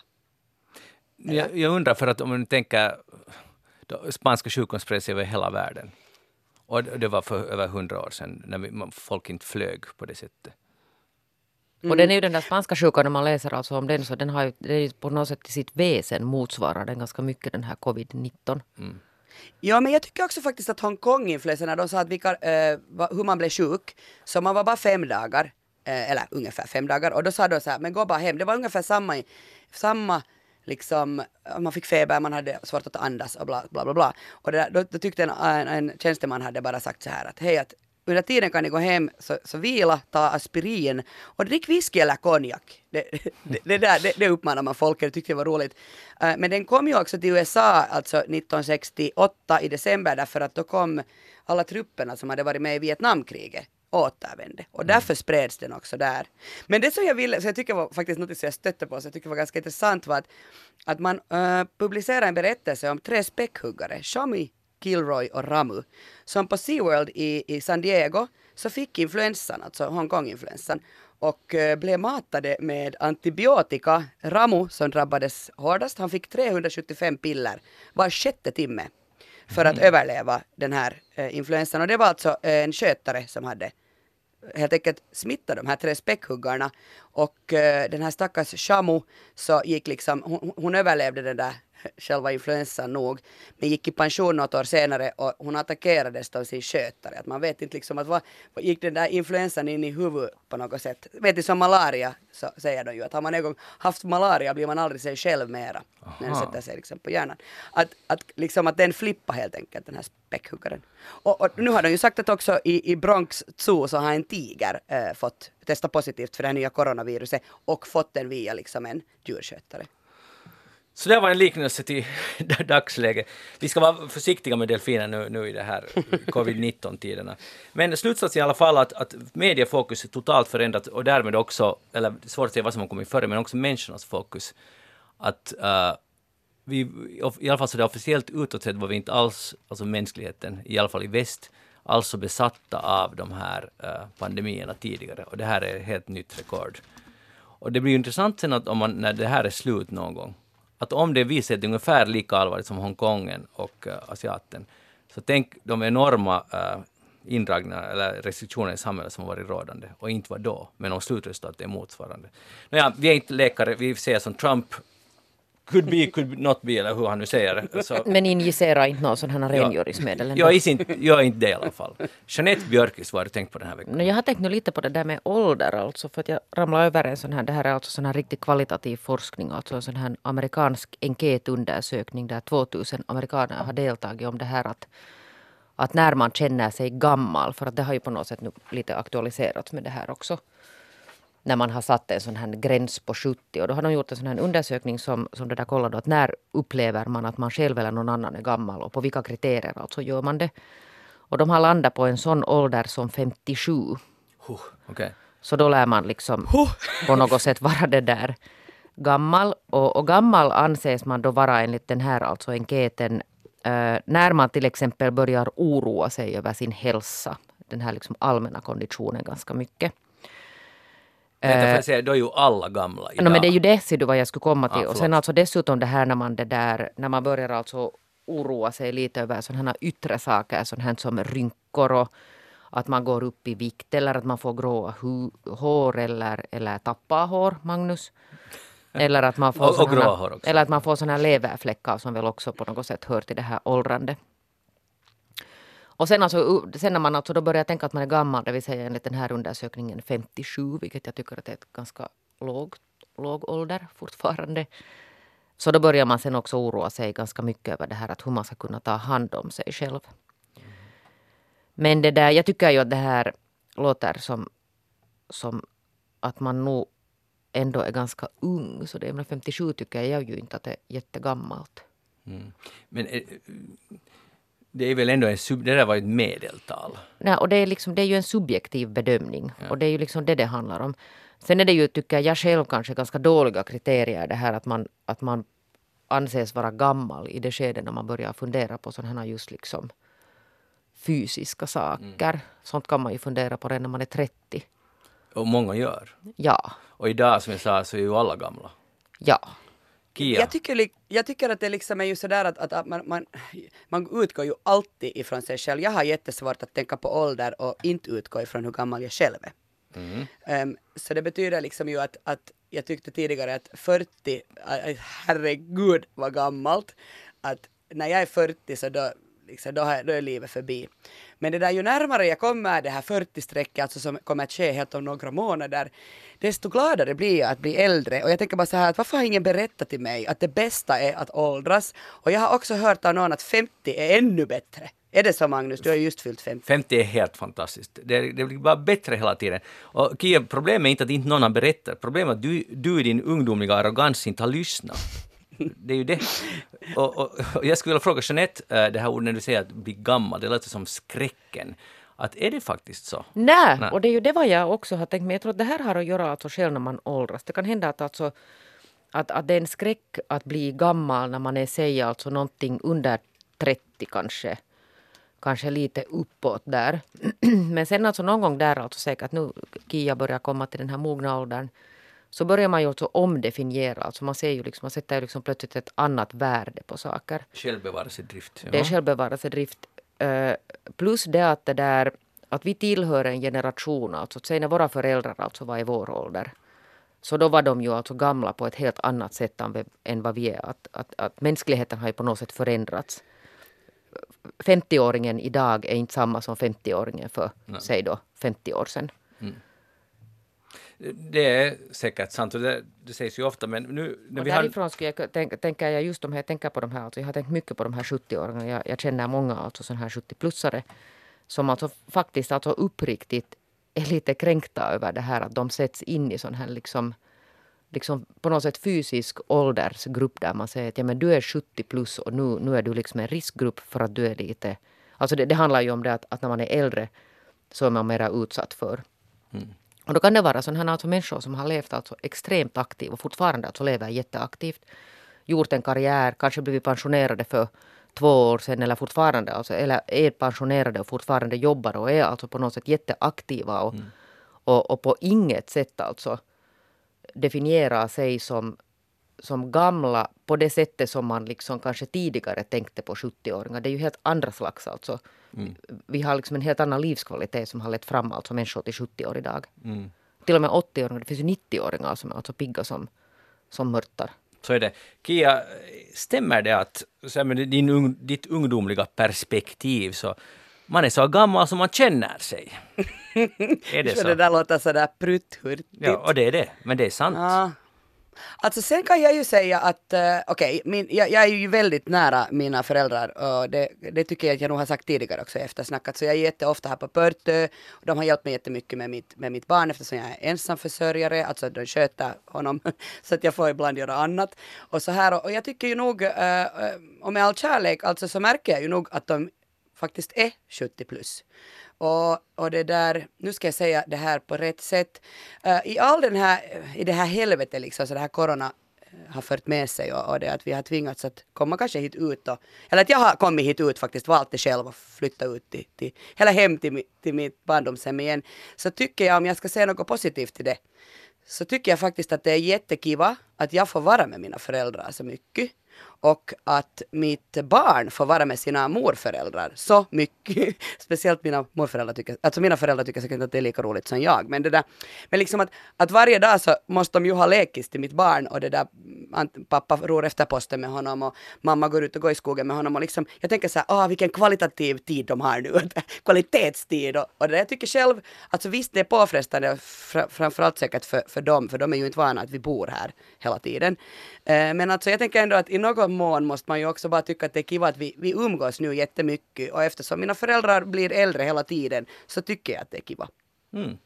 Jag, jag undrar för att om man tänker, då, spanska sjukan spred sig över hela världen och det var för över hundra år sedan när vi, folk inte flög på det sättet. Mm. Och den är ju den där spanska sjukan när man läser alltså om den så den har ju det är på något sätt i sitt väsen motsvarar den ganska mycket den här covid nitton. Mm. Ja, men jag tycker också faktiskt att Hongkong-influensan när de sa att vi kan, eh, hur man blev sjuk så man var bara fem dagar eh, eller ungefär fem dagar och då sa de så här men gå bara hem. Det var ungefär samma samma liksom man fick feber, man hade svårt att andas och bla bla bla bla. Och det där, då, då tyckte en, en, en tjänsteman hade bara sagt så här att hej att under tiden kan ni gå hem, så, så vila, ta aspirin och drick whisky eller konjak. Det, det, det, där, det, det uppmanar man folk, det tyckte jag var roligt. Uh, men den kom ju också till U S A alltså nittonhundrasextioåtta i december därför att då kom alla trupperna som hade varit med i Vietnamkriget återvände. Och mm. därför spreds den också där. Men det som jag ville, så jag tycker var faktiskt något som jag stötte på, så jag tycker var ganska intressant var att, att man uh, publicerade en berättelse om tre späckhuggare, Shami, Kilroy och Ramu, som på SeaWorld i, i San Diego så fick influensan, alltså Hongkong-influensan, och eh, blev matade med antibiotika. Ramu, som drabbades hårdast, han fick trehundrasjuttiofem piller var sjätte timme för att mm. överleva den här eh, influensan. Och det var alltså eh, en skötare som hade helt enkelt smittat de här tre späckhuggarna. Och eh, den här stackars Shamu så gick liksom, hon, hon överlevde den där själva influensan nog, men gick i pension något år senare och hon attackerades av sin skötare. Att man vet inte liksom att vad, vad gick den där influensan in i huvudet på något sätt. Vet du som malaria så säger de ju att har man en gång haft malaria blir man aldrig sig själv mera. Aha. När den sätter sig liksom på hjärnan. Att, att, liksom att den flippar helt enkelt den här späckhuggaren. Och, och nu har de ju sagt att också i, i Bronx Zoo så har en tiger äh, fått testa positivt för det här nya coronaviruset och fått den via liksom en djurskötare. Så det var en liknelse till dagsläget. Vi ska vara försiktiga med delfiner nu, nu i det här covid nitton-tiderna. Men slutsats i alla fall att, att mediefokus är totalt förändrat och därmed också, eller svårt att säga vad som har kommit före, men också människornas fokus. Att uh, vi, i alla fall så det officiellt utåt sett var vi inte alls, alltså mänskligheten, i alla fall i väst, alltså besatta av de här uh, pandemierna tidigare. Och det här är ett helt nytt rekord. Och det blir ju intressant sen att om man, när det här är slut någon gång, att om det visar sig ungefär lika allvarligt som Hongkongen och uh, asiaten, så tänk de enorma uh, indragna eller restriktioner i samhället som har varit rådande och inte var då, men om slutresultatet är motsvarande. Nåja, vi är inte läkare, vi ser som Trump could be, could not be, eller hur han nu säger. Så, Men injicera inte någon sån här rengöringsmedel ändå. jag är inte, jag är inte det i alla fall. Jeanette Björkis, vad har du tänkt på den här veckan? No, jag har tänkt nu lite på det där med ålder alltså, för att jag ramlade över en sån här, det här är alltså sån här riktigt kvalitativ forskning, alltså en sån här amerikansk enkätundersökning där tvåtusen amerikaner har deltagit om det här att, att när man känner sig gammal, för att det har ju på något sätt nu lite aktualiserats med det här också. När man har satt en sån här gräns på sjuttio, och då har de gjort en sån här undersökning som, som det där kollade att när upplever man att man själv eller någon annan är gammal och på vilka kriterier alltså gör man det. Och de har landat på en sån ålder som femtiosju. Huh, okay. Så då lär man liksom huh. på något sätt vara det där gammal. Och, och gammal anses man då vara enligt den här alltså enkäten eh, när man till exempel börjar oroa sig över sin hälsa. Den här liksom allmänna konditionen ganska mycket. Vänta, för jag säga, då är ju alla gamla idag. No, men det är ju det, ser du vad jag skulle komma till. Ah, och sen alltså dessutom det här när man det där, när man börjar alltså oroa sig lite över sådana här yttre saker, sådant här som rynkor och att man går upp i vikt eller att man får gråa hu- hår eller, eller tappar hår, Magnus. Eller att man får och, och gråa hår också. Eller att man får sådana här leverfläckar som väl också på något sätt hör till det här åldrande. Och sen, alltså, sen när man alltså då börjar tänka att man är gammal, det vill säga enligt den här undersökningen femtiosju, vilket jag tycker att det är ett ganska låg, låg ålder fortfarande. Så då börjar man sen också oroa sig ganska mycket över det här att hur man ska kunna ta hand om sig själv. Mm. Men det där, jag tycker ju att det här låter som, som att man nog ändå är ganska ung. Så det är femtiosju tycker jag ju inte att det är jättegammalt. Mm. Men det är väl ändå en sub, det där var ett medeltal. Nej, och det är, liksom, det är ju en subjektiv bedömning. Ja. Och det är ju liksom det det handlar om. Sen är det ju, tycker jag själv, kanske ganska dåliga kriterier det här att man, att man anses vara gammal i det skedet när man börjar fundera på sådana här just liksom fysiska saker. Mm. Sånt kan man ju fundera på redan när man är trettio. Och många gör. Ja. Och idag som jag sa så är ju alla gamla. Ja. Kia. Jag tycker, jag tycker att det liksom är ju sådär att, att, att man, man, man utgår ju alltid ifrån sig själv. Jag har jättesvårt att tänka på ålder och inte utgå ifrån hur gammal jag själv är. Mm. Um, så det betyder liksom ju att, att jag tyckte tidigare att fyrtio, äh, herregud vad gammalt. Att när jag är fyrtio så då, liksom, då, har, då är livet förbi. Men det där ju närmare jag kommer det här fyrtio-strecket, alltså som kommer att ske helt om några månader, desto gladare blir jag att bli äldre. Och jag tänker bara så här, att varför har ingen berättat till mig att det bästa är att åldras? Och jag har också hört av någon att femtio är ännu bättre. Är det så, Magnus? Du har just fyllt femtio. femtio är helt fantastiskt. Det, det blir bara bättre hela tiden. Och Kia, problemet är inte att inte någon har berättat. Problemet är att du, du i din ungdomliga arrogans inte har lyssnat. Det är ju det. Och, och, och jag skulle vilja fråga Jeanette, det här ordet när du säger att bli gammal, det låter som skräcken. Att är det faktiskt så? Nej, Nej, och det är ju det vad jag också har tänkt. Men jag tror att det här har att göra alltså själv när man åldras. Det kan hända att, alltså, att, att det är en skräck att bli gammal när man är sig alltså någonting under trettio kanske. Kanske lite uppåt där. Men sen alltså någon gång där, alltså säkert nu Kia börjar komma till den här mogna åldern, så börjar man ju också omdefiniera. Alltså man ser ju liksom, man sätter ju liksom plötsligt ett annat värde på saker. Självbevarelsedrift. Ja. Det är självbevarelsedrift. Uh, plus det att det där, att vi tillhör en generation, alltså säg när våra föräldrar alltså var i vår ålder, så då var de ju alltså gamla på ett helt annat sätt än vad vi är. Att, att, att mänskligheten har ju på något sätt förändrats. femtio-åringen idag är inte samma som femtio-åringen för, Nej. säg då, femtio år sedan. Mm. Det är säkert sant och det, det sägs ju ofta, men nu... När och vi därifrån har... skulle jag tänka, tänker jag just de här, jag tänker på de här, alltså jag har tänkt mycket på de här sjuttio-åringarna. Jag, jag känner många alltså sådana här sjuttio-plussare som alltså faktiskt alltså uppriktigt är lite kränkta över det här att de sätts in i sån här liksom, liksom på något sätt fysisk åldersgrupp där man säger att ja, men du är sjuttio plus och nu, nu är du liksom en riskgrupp för att du är lite... Alltså det, det handlar ju om det att, att när man är äldre så är man mera utsatt för. Mm. Och då kan det vara sådana här alltså människor som har levt alltså extremt aktivt och fortfarande alltså lever jätteaktivt. Gjort en karriär, kanske blivit pensionerade för två år sedan eller fortfarande alltså, eller är pensionerade och fortfarande jobbar och är alltså på något sätt jätteaktiva och, mm. och, och på inget sätt alltså definiera sig som, som gamla på det sättet som man liksom kanske tidigare tänkte på sjuttio-åringar. Det är ju helt andra slags alltså. Mm. Vi har liksom en helt annan livskvalitet som har lett fram alltså människor till sjuttio år idag. Mm. Till och med åttio-åringar, det finns ju nittio-åringar som är alltså pigga som, som mörtar. Så är det. Kia, stämmer det att så här, med din, ung- ditt ungdomliga perspektiv så man är så gammal som man känner sig? Är det Så så? det där låter sådär prutthurtigt. Ja, och det är det. Men det är sant. Ja. Alltså sen kan jag ju säga att, uh, okej, okay, jag, jag är ju väldigt nära mina föräldrar och det, det tycker jag att jag nog har sagt tidigare också eftersnackat. Så jag är jätteofta här på Pörtö och de har hjälpt mig jättemycket med mitt, med mitt barn eftersom jag är ensamförsörjare, alltså de sköter honom så att jag får ibland göra annat. Och så här, och jag tycker ju nog, uh, uh, och med all kärlek, alltså så märker jag ju nog att de faktiskt är sjuttio plus. Och, och det där, nu ska jag säga det här på rätt sätt. Uh, I all den här, i det här helvetet liksom, så det här corona har fört med sig och, och det att vi har tvingats att komma kanske hit ut och, eller att jag har kommit hit ut faktiskt, valt det själv och flyttat ut till, till eller hem till, till mitt barndomshem igen. Så tycker jag, om jag ska säga något positivt till det, så tycker jag faktiskt att det är jättekiva att jag får vara med mina föräldrar så mycket. Och att mitt barn får vara med sina morföräldrar så mycket. Speciellt mina morföräldrar tycker, alltså mina föräldrar tycker säkert att det är lika roligt som jag. Men det där, men liksom att, att varje dag så måste de ju ha lekis till mitt barn och det där, pappa ror efter posten med honom och mamma går ut och går i skogen med honom och liksom, jag tänker så här, ah, vilken kvalitativ tid de har nu, kvalitetstid och, och det där, jag tycker själv, alltså visst det är påfrestande fr- framförallt säkert för, för dem, för de är ju inte vana att vi bor här hela tiden. Eh, men alltså jag tänker ändå att i någon mån måste man ju också bara tycka att det är kiva att vi, vi umgås nu jättemycket och eftersom mina föräldrar blir äldre hela tiden så tycker jag att det är kiva. Mm.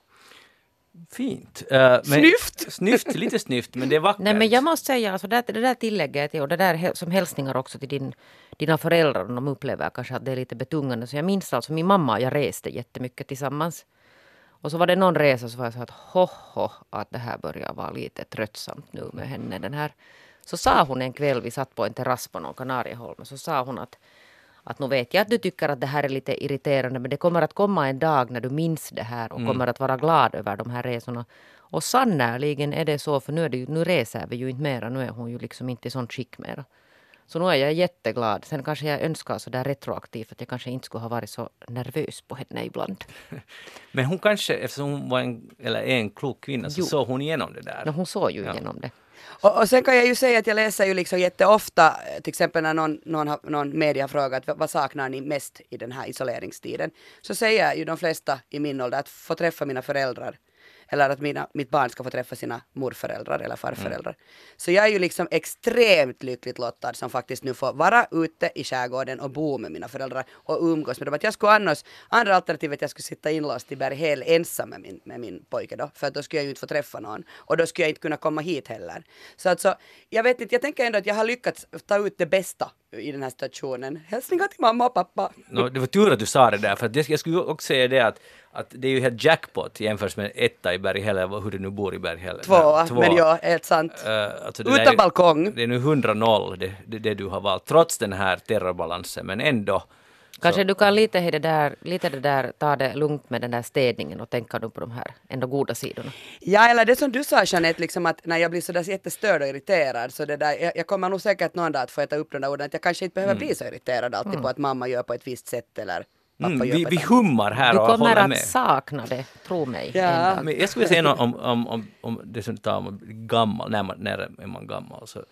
Fint. Uh, men, snyft! Snyft, lite snyft, men det är vackert. Nej, men jag måste säga, alltså det, det där tillägget och det där som hälsningar också till din, dina föräldrar om de upplever kanske att det är lite betungande. Så jag minns alltså min mamma och jag reste jättemycket tillsammans. Och så var det någon resa så var jag så att ho, ho, att det här börjar vara lite tröttsamt nu med henne. Den här. Så sa hon en kväll, vi satt på en terrass på någon Kanarieholm, så sa hon att att nu vet jag att du tycker att det här är lite irriterande, men det kommer att komma en dag när du minns det här och mm. kommer att vara glad över de här resorna. Och sannoliken är det så, för nu, är det ju, nu reser vi ju inte mera, nu är hon ju liksom inte i sån skick mera. Så nu är jag jätteglad. Sen kanske jag önskar så där retroaktivt att jag kanske inte skulle ha varit så nervös på henne ibland. Men hon kanske, eftersom hon var en, eller är en klok kvinna, så jo. såg hon igenom det där. Ja, hon såg ju ja. igenom det. Och, och sen kan jag ju säga att jag läser ju liksom jätteofta, till exempel när någon, någon, någon media har frågat vad saknar ni mest i den här isoleringstiden, så säger ju de flesta i min ålder att få träffa mina föräldrar. Eller att mina, mitt barn ska få träffa sina morföräldrar eller farföräldrar. Mm. Så jag är ju liksom extremt lyckligt lottad som faktiskt nu får vara ute i skärgården och bo med mina föräldrar och umgås med dem. Att jag skulle annars, andra alternativet att jag skulle sitta inlåst i Berghäll ensam med min, med min pojke då. För att då skulle jag ju inte få träffa någon. Och då skulle jag inte kunna komma hit heller. Så alltså, jag vet inte, jag tänker ändå att jag har lyckats ta ut det bästa i den här situationen. Hälsningar till mamma och pappa. No, det var tur att du sa det där, för att det, jag skulle också säga det att att det är ju helt jackpot jämfört med etta i Berghäll, eller hur du nu bor i Berghäll. Två, Två. men ja, helt sant. Uh, alltså Utan är, balkong. Det är nu hundra noll det, det, det du har valt, trots den här terrorbalansen, men ändå. Kanske så. Du kan lite det, där, lite det där, ta det lugnt med den där städningen och tänka på de här ändå goda sidorna. Ja, eller det som du sa Jeanette, liksom att när jag blir så där jättestörd och irriterad, så det där, jag, jag kommer nog säkert någon dag att få äta upp de där orden, att jag kanske inte behöver mm. bli så irriterad alltid mm. på att mamma gör på ett visst sätt eller Mm, vi, vi hummar här och håller med. Du kommer att sakna det, tro mig. Ja. Men jag skulle säga något om, om, om, om det som du tar om gammal, när, man, när är man gammal. Så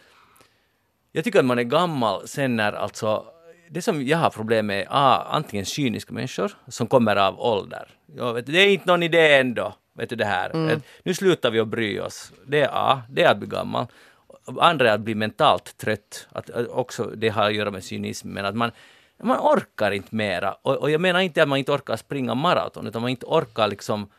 jag tycker att man är gammal sen när alltså, det som jag har problem med är ah, antingen cyniska människor som kommer av ålder. Jag vet, det är inte någon idé ändå, vet du det här. Mm. Nu slutar vi att bry oss. Det är A, det är att bli gammal. Andra är att bli mentalt trött. Att, också det har att göra med cynism, men att man Man orkar inte mera. Och, och jag menar inte att man inte orkar springa maraton, utan man inte orkar liksom,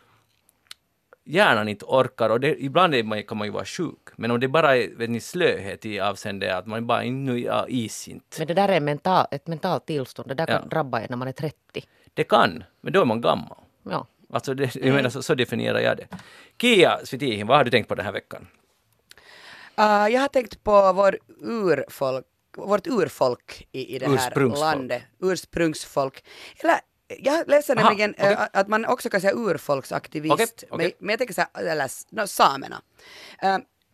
hjärnan inte orkar. Och det, ibland är man, kan man ju vara sjuk. Men om det bara är vet ni, slöhet i avseende att man bara nu ja, is inte. Men det där är mental, ett mentalt tillstånd. Det där kan ja. drabba en när man är trettio. Det kan, men då är man gammal. Ja. Alltså det, jag menar, så, så definierar jag det. Kia Svitihin, vad har du tänkt på den här veckan? Uh, jag har tänkt på vår urfolk. vårt urfolk i, i det här landet. Ursprungsfolk. Eller, jag läser Aha, nämligen okay. äh, att man också kan säga urfolksaktivist. Okay, okay. Men, men jag tänker så här, eller no, samerna. Äh,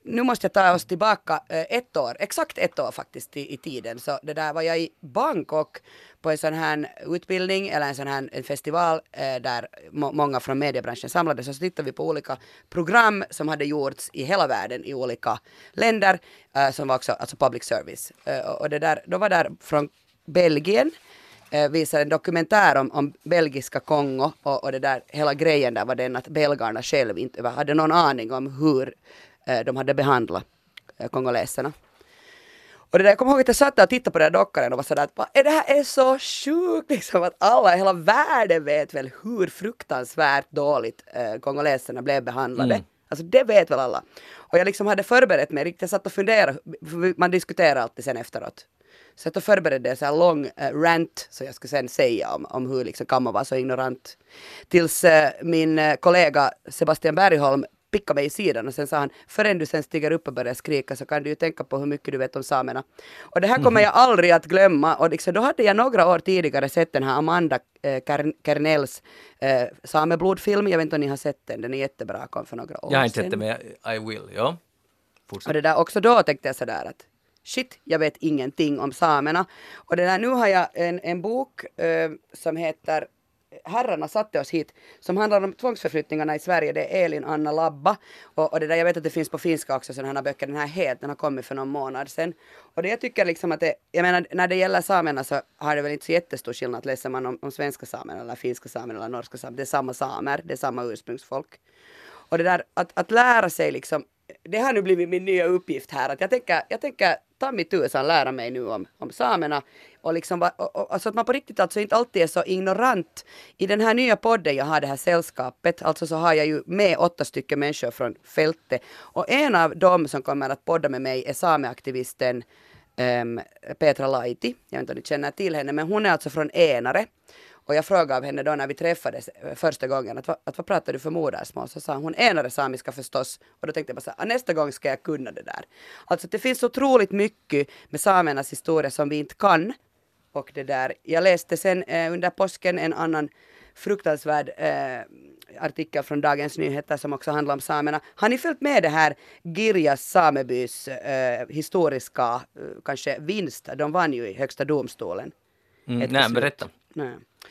nu måste jag ta oss tillbaka eh, ett år, exakt ett år faktiskt i, i tiden. Så det där var jag i Bangkok på en sån här utbildning eller en sån här en festival eh, där må, många från mediebranschen samlades. Och så tittade vi på olika program som hade gjorts i hela världen i olika länder eh, som var också alltså public service. Eh, och, och det där, då var där från Belgien. Eh, visade en dokumentär om, om belgiska Kongo och, och det där, hela grejen där var den att belgarna själv inte hade någon aning om hur eh, de hade behandlat eh, kongoleserna. Och det där, jag kommer ihåg att jag satt där och tittade på den här dockaren och var sådär att är det här är så sjukt liksom att alla i hela världen vet väl hur fruktansvärt dåligt eh, kongoleserna blev behandlade. Mm. Alltså det vet väl alla. Och jag liksom hade förberett mig riktigt, jag satt och funderade, man diskuterar alltid sen efteråt. Så jag förberedde en så här lång uh, rant, så jag skulle sen säga om, om hur liksom kan man vara så ignorant. Tills uh, min uh, kollega Sebastian Bergholm pickade mig i sidan och sen sa han, förrän du sen stiger upp och börjar skrika så kan du ju tänka på hur mycket du vet om samerna. Och det här kommer jag aldrig att glömma. Och liksom, då hade jag några år tidigare sett den här Amanda uh, Kernells uh, sameblodfilm. Jag vet inte om ni har sett den, den är jättebra, kom för några år sedan. Jag har inte sett den, men I will, ja. Fortsätt. Och det där, också då tänkte jag sådär att shit, jag vet ingenting om samerna. Och det där, nu har jag en, en bok eh, som heter Herrarna satte oss hit, som handlar om tvångsförflyttningarna i Sverige. Det är Elin Anna Labba. Och, och det där, jag vet att det finns på finska också sådana här böcker. Den här het, den har kommit för någon månad sedan. Och det jag tycker liksom att det, jag menar, när det gäller samerna så har det väl inte så jättestor skillnad att läser man om, om svenska samer eller finska samer eller norska samer. Det är samma samer, det är samma ursprungsfolk. Och det där, att, att lära sig liksom, det har nu blivit min nya uppgift här, att jag tänker, jag tänker ta mig tusan lära mig nu om, om samerna och liksom, och, och, alltså att man på riktigt alltså inte alltid är så ignorant. I den här nya podden jag har, det här sällskapet, alltså så har jag ju med åtta stycken människor från fältet och en av dem som kommer att podda med mig är sameaktivisten um, Petra Laiti. Jag vet inte om ni känner till henne, men hon är alltså från Enare. Och jag frågade av henne då när vi träffades första gången att, att vad pratar du för modersmål? Så sa hon enare samiska förstås. Och då tänkte jag bara så här, nästa gång ska jag kunna det där. Alltså det finns otroligt mycket med samernas historia som vi inte kan. Och det där, jag läste sen eh, under påsken en annan fruktansvärd eh, artikel från Dagens Nyheter som också handlar om samerna. Har ni följt med det här Girjas samebys eh, historiska eh, kanske vinst? De vann ju i högsta domstolen. Mm, nej, berätta. Nej.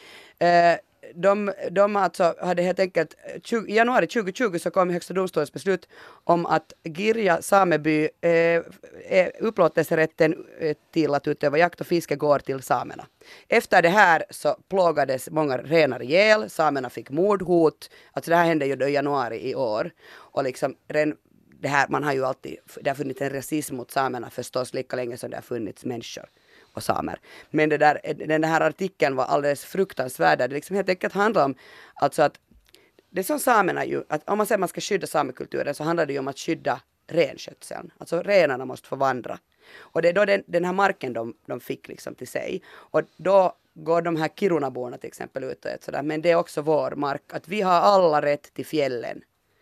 Eh, de, de alltså hade helt enkelt tjugo, i januari tjugo tjugo så kom högsta domstolens beslut om att Girja sameby eh, upplåtelserätten till att utöva jakt och fiske går till samerna. Efter det här så plågades många renar ihjäl, samerna fick mordhot, alltså det här hände ju då i januari i år och liksom ren, det här, man har ju alltid, det har funnits en rasism mot samerna förstås lika länge som det har funnits människor och samer. Men det där, den här artikeln var alldeles fruktansvärd. Det liksom helt enkelt handlar om alltså att det som samerna ju, att om man säger att man ska skydda samekulturen så handlar det ju om att skydda renskötseln. Alltså renarna måste få vandra. Och det är då den, den här marken de, de fick liksom till sig. Och då går de här Kirunaborna till exempel ut och ett sådär. Men det är också vår mark. Att vi har alla rätt till fjällen.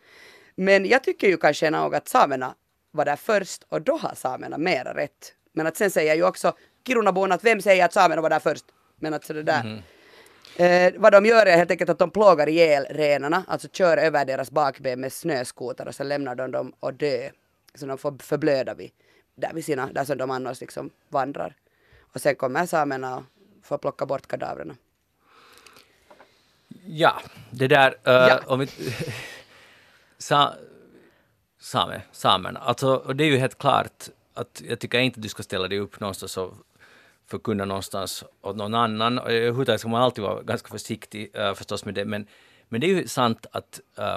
Men jag tycker ju kanske nog att samerna var där först och då har samerna mera rätt. Men att sen säger ju också Kirunaborna att vem säger att samerna var där först? Men alltså det där. Mm. Eh, vad de gör är helt enkelt att de plågar ihjäl renarna. Alltså kör över deras bakben med snöskotar och så lämnar de dem och dö. Så de får förblöda vid, där vid sina, där som de annars liksom vandrar. Och sen kommer samerna och får plocka bort kadavrarna. Ja, det där. Uh, ja. Om vi, sa, same, samerna. Alltså, och det är ju helt klart att jag tycker inte att du ska ställa dig upp någonstans och förkunna någonstans åt någon annan. Och överhuvudtaget ska man alltid vara ganska försiktig uh, förstås med det. Men, men det är ju sant att uh,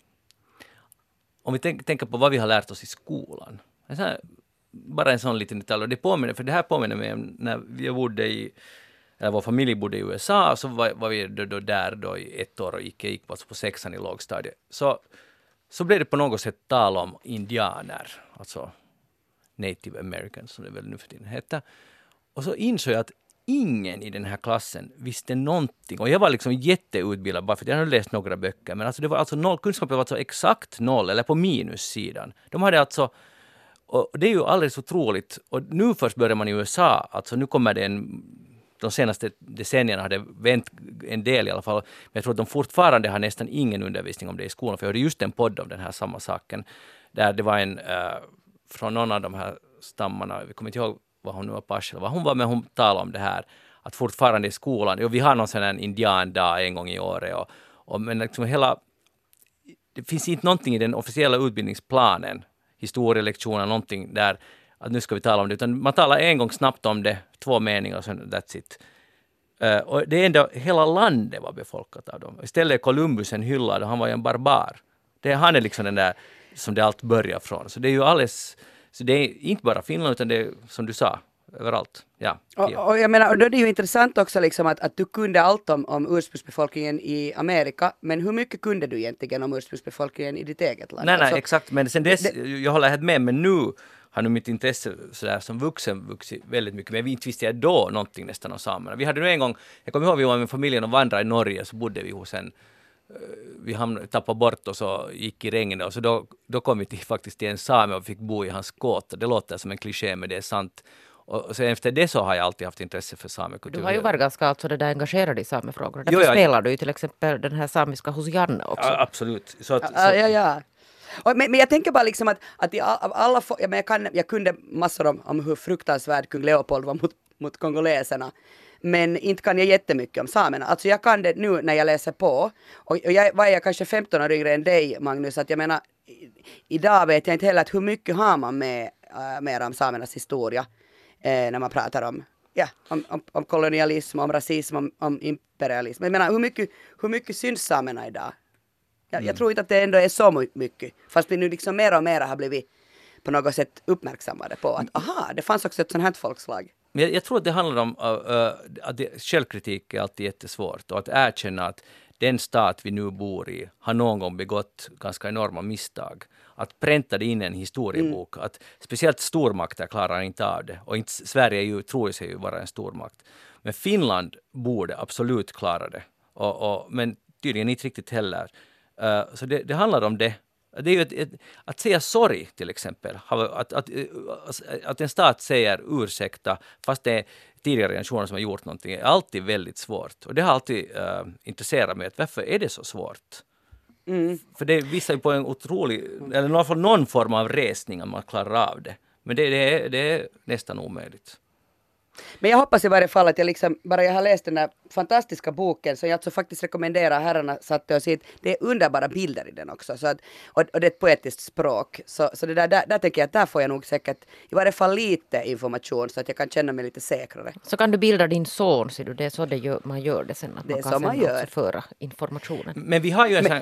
om vi tänk, tänker på vad vi har lärt oss i skolan. Här, bara en sån liten detalj. Och det påminner, för det här påminner mig om när vi bodde i, eller vår familj bodde i U S A. Så var, var vi då, då där då i ett år och gick, gick på, alltså på sexan i lågstadiet. Så, så blev det på något sätt tal om indianer. Alltså Native Americans som det väl nu för tiden heter. Och så insåg jag att ingen i den här klassen visste någonting. Och jag var liksom jätteutbildad bara för att jag hade läst några böcker. Men alltså det var alltså noll, kunskapen var alltså exakt noll eller på minussidan. De hade alltså, och det är ju alldeles otroligt. Och nu först börjar man i U S A, alltså nu kommer det en, de senaste decennierna har det vänt en del i alla fall. Men jag tror att de fortfarande har nästan ingen undervisning om det i skolan. För jag hörde just en podd om den här samma saken. där det var en uh, från någon av de här stammarna, vi kommer inte ihåg vad hon nu var pars eller vad hon var, men hon talade om det här att fortfarande i skolan, och vi har någon sån här indiandag en gång i året, och, och men liksom hela, det finns inte någonting i den officiella utbildningsplanen, historielektioner, någonting där att nu ska vi tala om det, utan man talar en gång snabbt om det, två meningar och sen that's it. Uh, och det är ändå, hela landet var befolkat av dem. Istället är Columbus en hyllad och han var ju en barbar. Det, han är liksom den där som det allt börjar från. Så det är ju alldeles, så det är inte bara Finland utan det är som du sa, överallt. Ja, och, och jag menar, och då är det ju intressant också liksom att, att du kunde allt om, om ursprungsbefolkningen i Amerika, men hur mycket kunde du egentligen om ursprungsbefolkningen i ditt eget land? Nej, nej, alltså, exakt, men sen dess, det, jag håller helt med, men nu har nu mitt intresse sådär som vuxen vuxit väldigt mycket, men vi inte visste jag då någonting nästan om samerna. Vi hade nu en gång, jag kommer ihåg vi var med familjen och vandrade i Norge, så bodde vi hos en, vi hamnade, tappade bort och så gick i regnet, och så då, då kom vi till, faktiskt till en same och fick bo i hans kåta. Det låter som en kliché, men det är sant. Och så efter det så har jag alltid haft intresse för samekultur. Du har ju varit ganska alltså det där engagerad i samefrågor. Därför Jo, ja. spelar du ju till exempel den här samiska hos Janne också. Ja, absolut. Så att, ja, så, ja, ja. Och, men, men jag tänker bara liksom att, att i all, alla, ja, men jag, kan, jag kunde massor om, om hur fruktansvärd kung Leopold var mot, mot kongoleserna. Men inte kan jag jättemycket om samerna. Alltså jag kan det nu när jag läser på. Och, och jag var jag kanske femton år yngre än dig, Magnus. Att jag menar, i, idag vet jag inte heller att hur mycket har man med, äh, med om samernas historia. Eh, när man pratar om, ja, om, om, om kolonialism, om rasism, om, om imperialism. Jag menar, hur mycket, hur mycket syns samerna idag? Jag, mm. jag tror inte att det ändå är så mycket. Fast vi nu liksom mer och mer har blivit på något sätt uppmärksammade på att aha, det fanns också ett sånt här folkslag. Men jag, jag tror att det handlar om uh, uh, att det, självkritik är alltid jättesvårt, och att erkänna att den stat vi nu bor i har någon gång begått ganska enorma misstag. Att pränta det in i en historiebok. Mm. Att speciellt stormakter klarar inte av det. Och inte, Sverige är ju, tror sig ju vara en stormakt. Men Finland borde absolut klara det. Och, och, men tydligen inte riktigt heller. Uh, så det, det handlar om det. Det är ju ett, ett, att säga sorry till exempel. Att, att, att en stat säger ursäkta fast det är tidigare generationer som har gjort någonting är alltid väldigt svårt. Och det har alltid uh, intresserat mig. Att varför är det så svårt? Mm. För det visar ju på en otrolig, eller i alla fall någon form av resning om man klarar av det. Men det, det, är, det är nästan omöjligt. Men jag hoppas i varje fall att jag liksom, bara jag har läst den där fantastiska boken så jag alltså faktiskt rekommenderar herrarna satte och sitt. Det är underbara bilder i den också. Så att, och, och det är ett poetiskt språk. Så, så det där, där, där tänker jag att där får jag nog säkert i varje fall lite information så att jag kan känna mig lite säkrare. Så kan du bilda din son, ser du. Det är så det gör, man gör det sen. Att det man kan sen man gör. också föra informationen. Men vi har ju en Men, sån,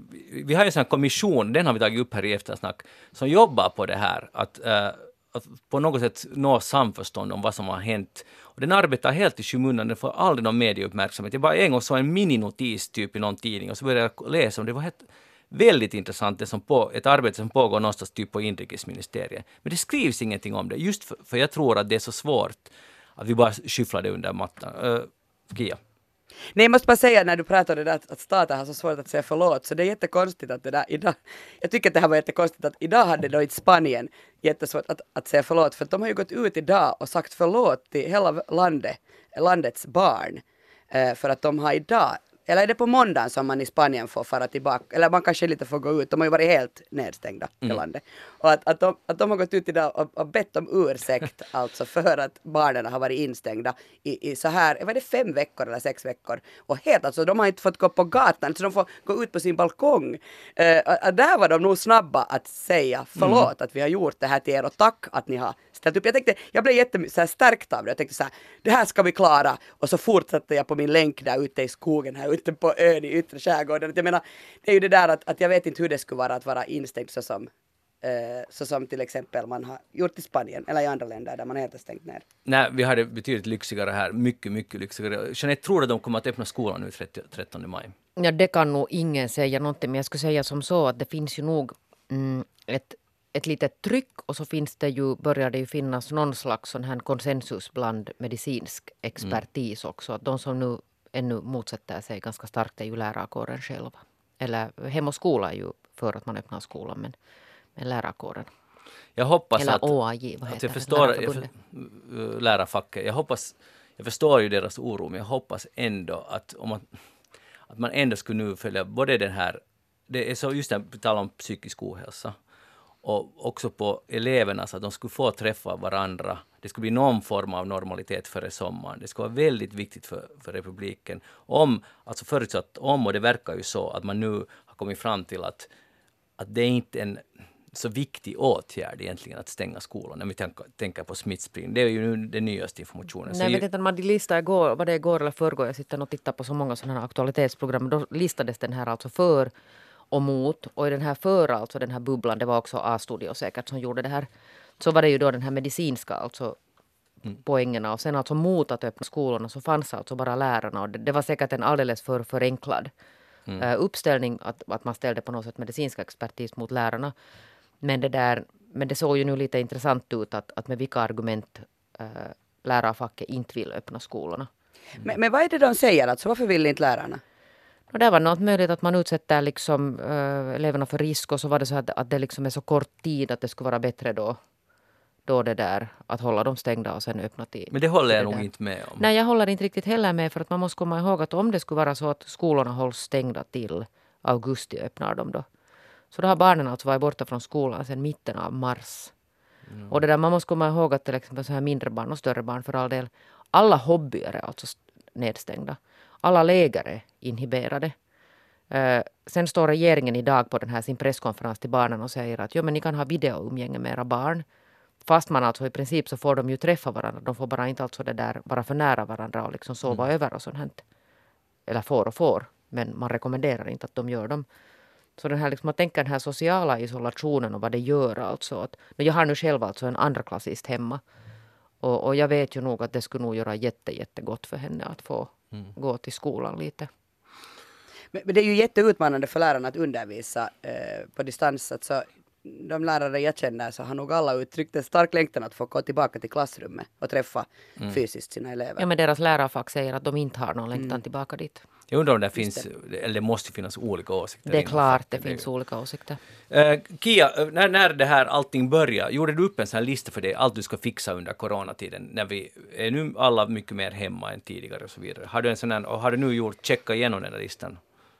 vi har ju en sån kommission, den har vi tagit upp här i eftersnack, som jobbar på det här. Att, uh, att på något sätt nå samförstånd om vad som har hänt. Och den arbetar helt i skymundan, den får aldrig någon medieuppmärksamhet. Jag bara en gång så en mininotis typ i någon tidning och så började jag läsa om det. Var helt, väldigt intressant, det som på, ett arbete som pågår någonstans typ på inrikesministeriet. Men det skrivs ingenting om det, just för, för jag tror att det är så svårt att vi bara skyfflar det under mattan. Uh, Kia. Nej, jag måste bara säga när du pratade om det där att, att staten har så svårt att säga förlåt, så det är jättekonstigt att det där idag, jag tycker att det här var jättekonstigt att idag hade då i Spanien jättesvårt att, att säga förlåt, för att de har ju gått ut idag och sagt förlåt till hela landet, landets barn, eh, för att de har idag, eller är det på måndagen som man i Spanien får fara tillbaka, eller man kanske lite får gå ut, de har ju varit helt nedstängda i mm. landet. Och att, att, de, att de har gått ut idag och, och bett om ursäkt alltså för att barnen har varit instängda i, i så här, vad är det, fem veckor eller sex veckor. Och helt alltså, de har inte fått gå på gatan, så de får gå ut på sin balkong. Uh, och där var de nog snabba att säga förlåt mm. att vi har gjort det här till er och tack att ni har ställt upp. Jag tänkte, jag blev jättestärkt av det. Jag tänkte så här, det här ska vi klara. Och så fortsatte jag på min länk där ute i skogen här ute på ön i yttre skärgården. Jag menar, det är ju det där att, att jag vet inte hur det skulle vara att vara instängd så som, eh, så som till exempel man har gjort i Spanien eller i andra länder där man helt har stängt ner. Nej, vi har det betydligt lyxigare här. Mycket, mycket lyxigare. Jeanette, tror du att de kommer att öppna skolan nu trettonde maj? Ja, det kan nog ingen säga någonting, men jag skulle säga som så att det finns ju nog mm, ett ett litet tryck och så finns det ju, börjar det ju finnas någon slags sån här konsensus bland medicinsk expertis mm. också. Att de som nu ännu motsätter sig ganska starkt är ju lärarkåren själva. Eller Hem och skola är ju för att man öppnar skolan, men, men lärarkåren. Jag hoppas eller att, O A J, vad att heter jag förstår jag för, lärarfacket. Jag hoppas, jag förstår ju deras oro, men jag hoppas ändå att om man, att man ändå skulle nu följa både den här, det är så just det, vi talar om psykisk ohälsa. och också på eleverna så att de skulle få träffa varandra. Det skulle bli någon form av normalitet före sommaren. Det skulle vara väldigt viktigt för, för republiken. Om, alltså förutsatt om, och det verkar ju så, att man nu har kommit fram till att, att det är inte en så viktig åtgärd egentligen att stänga skolan när vi tänker, tänker på smittspridning. Det är ju nu den nyaste informationen. Nej, jag vet inte om man listade igår, vad det är igår eller förrgår, jag sitter och tittar på så många sådana här aktualitetsprogram, då listades den här alltså för och mot, och i den här för, alltså den här bubblan, det var också A-studio säkert som gjorde det här, så var det ju då den här medicinska alltså mm. poängerna, och sen alltså mot att öppna skolorna så fanns alltså bara lärarna, och det, det var säkert en alldeles för förenklad mm. uh, uppställning att, att man ställde på något sätt medicinska expertis mot lärarna. Men det, där, men det såg ju nu lite intressant ut att, att med vilka argument äh, lärarfacket inte vill öppna skolorna. Mm. Men, men vad är det de säger? Alltså, varför vill inte lärarna? Och det var något möjligt att man utsätter liksom, äh, eleverna för risk, och så var det så att, att det liksom är så kort tid att det skulle vara bättre då, då det där att hålla dem stängda och sen öppna tid. Men det håller jag det nog där. inte med om. Nej, jag håller inte riktigt heller med, för att man måste komma ihåg att om det skulle vara så att skolorna hålls stängda till augusti, öppnar de då. Så då har barnen alltså varit borta från skolan sedan mitten av mars. Mm. Och det där, man måste komma ihåg att till exempel så här mindre barn och större barn för all del, alla hobbyer är alltså nedstängda. Alla läger är inhiberade. Uh, sen står regeringen idag på den här sin presskonferens till barnen och säger att jo, men ni kan ha videoumgänge med era barn. Fast man alltså i princip så får de ju träffa varandra. De får bara inte alltså det där vara för nära varandra och liksom sova mm. över och sånt här. Eller får och får. Men man rekommenderar inte att de gör dem. Så den här, liksom, man tänker den här sociala isolationen och vad det gör alltså. Att, jag har nu själv alltså en andra klassist hemma. Och, och jag vet ju nog att det skulle nog göra jätte, jättegott för henne att få mm. gå till skolan lite. Men, men det är ju jätteutmanande för lärarna att undervisa eh, på distans. Alltså, de lärare jag känner så har nog alla uttryckt en stark längtan att få gå tillbaka till klassrummet och träffa mm. fysiskt sina elever. Ja, men deras lärarfack säger att de inte har någon längtan mm. tillbaka dit. Jag undrar om det finns, eller det måste finnas olika åsikter. Det är klart det finns det. olika åsikter. Uh, Kia, när, när det här allting börjar, gjorde du upp en sån här lista för det, allt du ska fixa under coronatiden, när vi är nu alla mycket mer hemma än tidigare och så vidare. Har du en sån här, och har du nu gjort, checka igenom den här listan?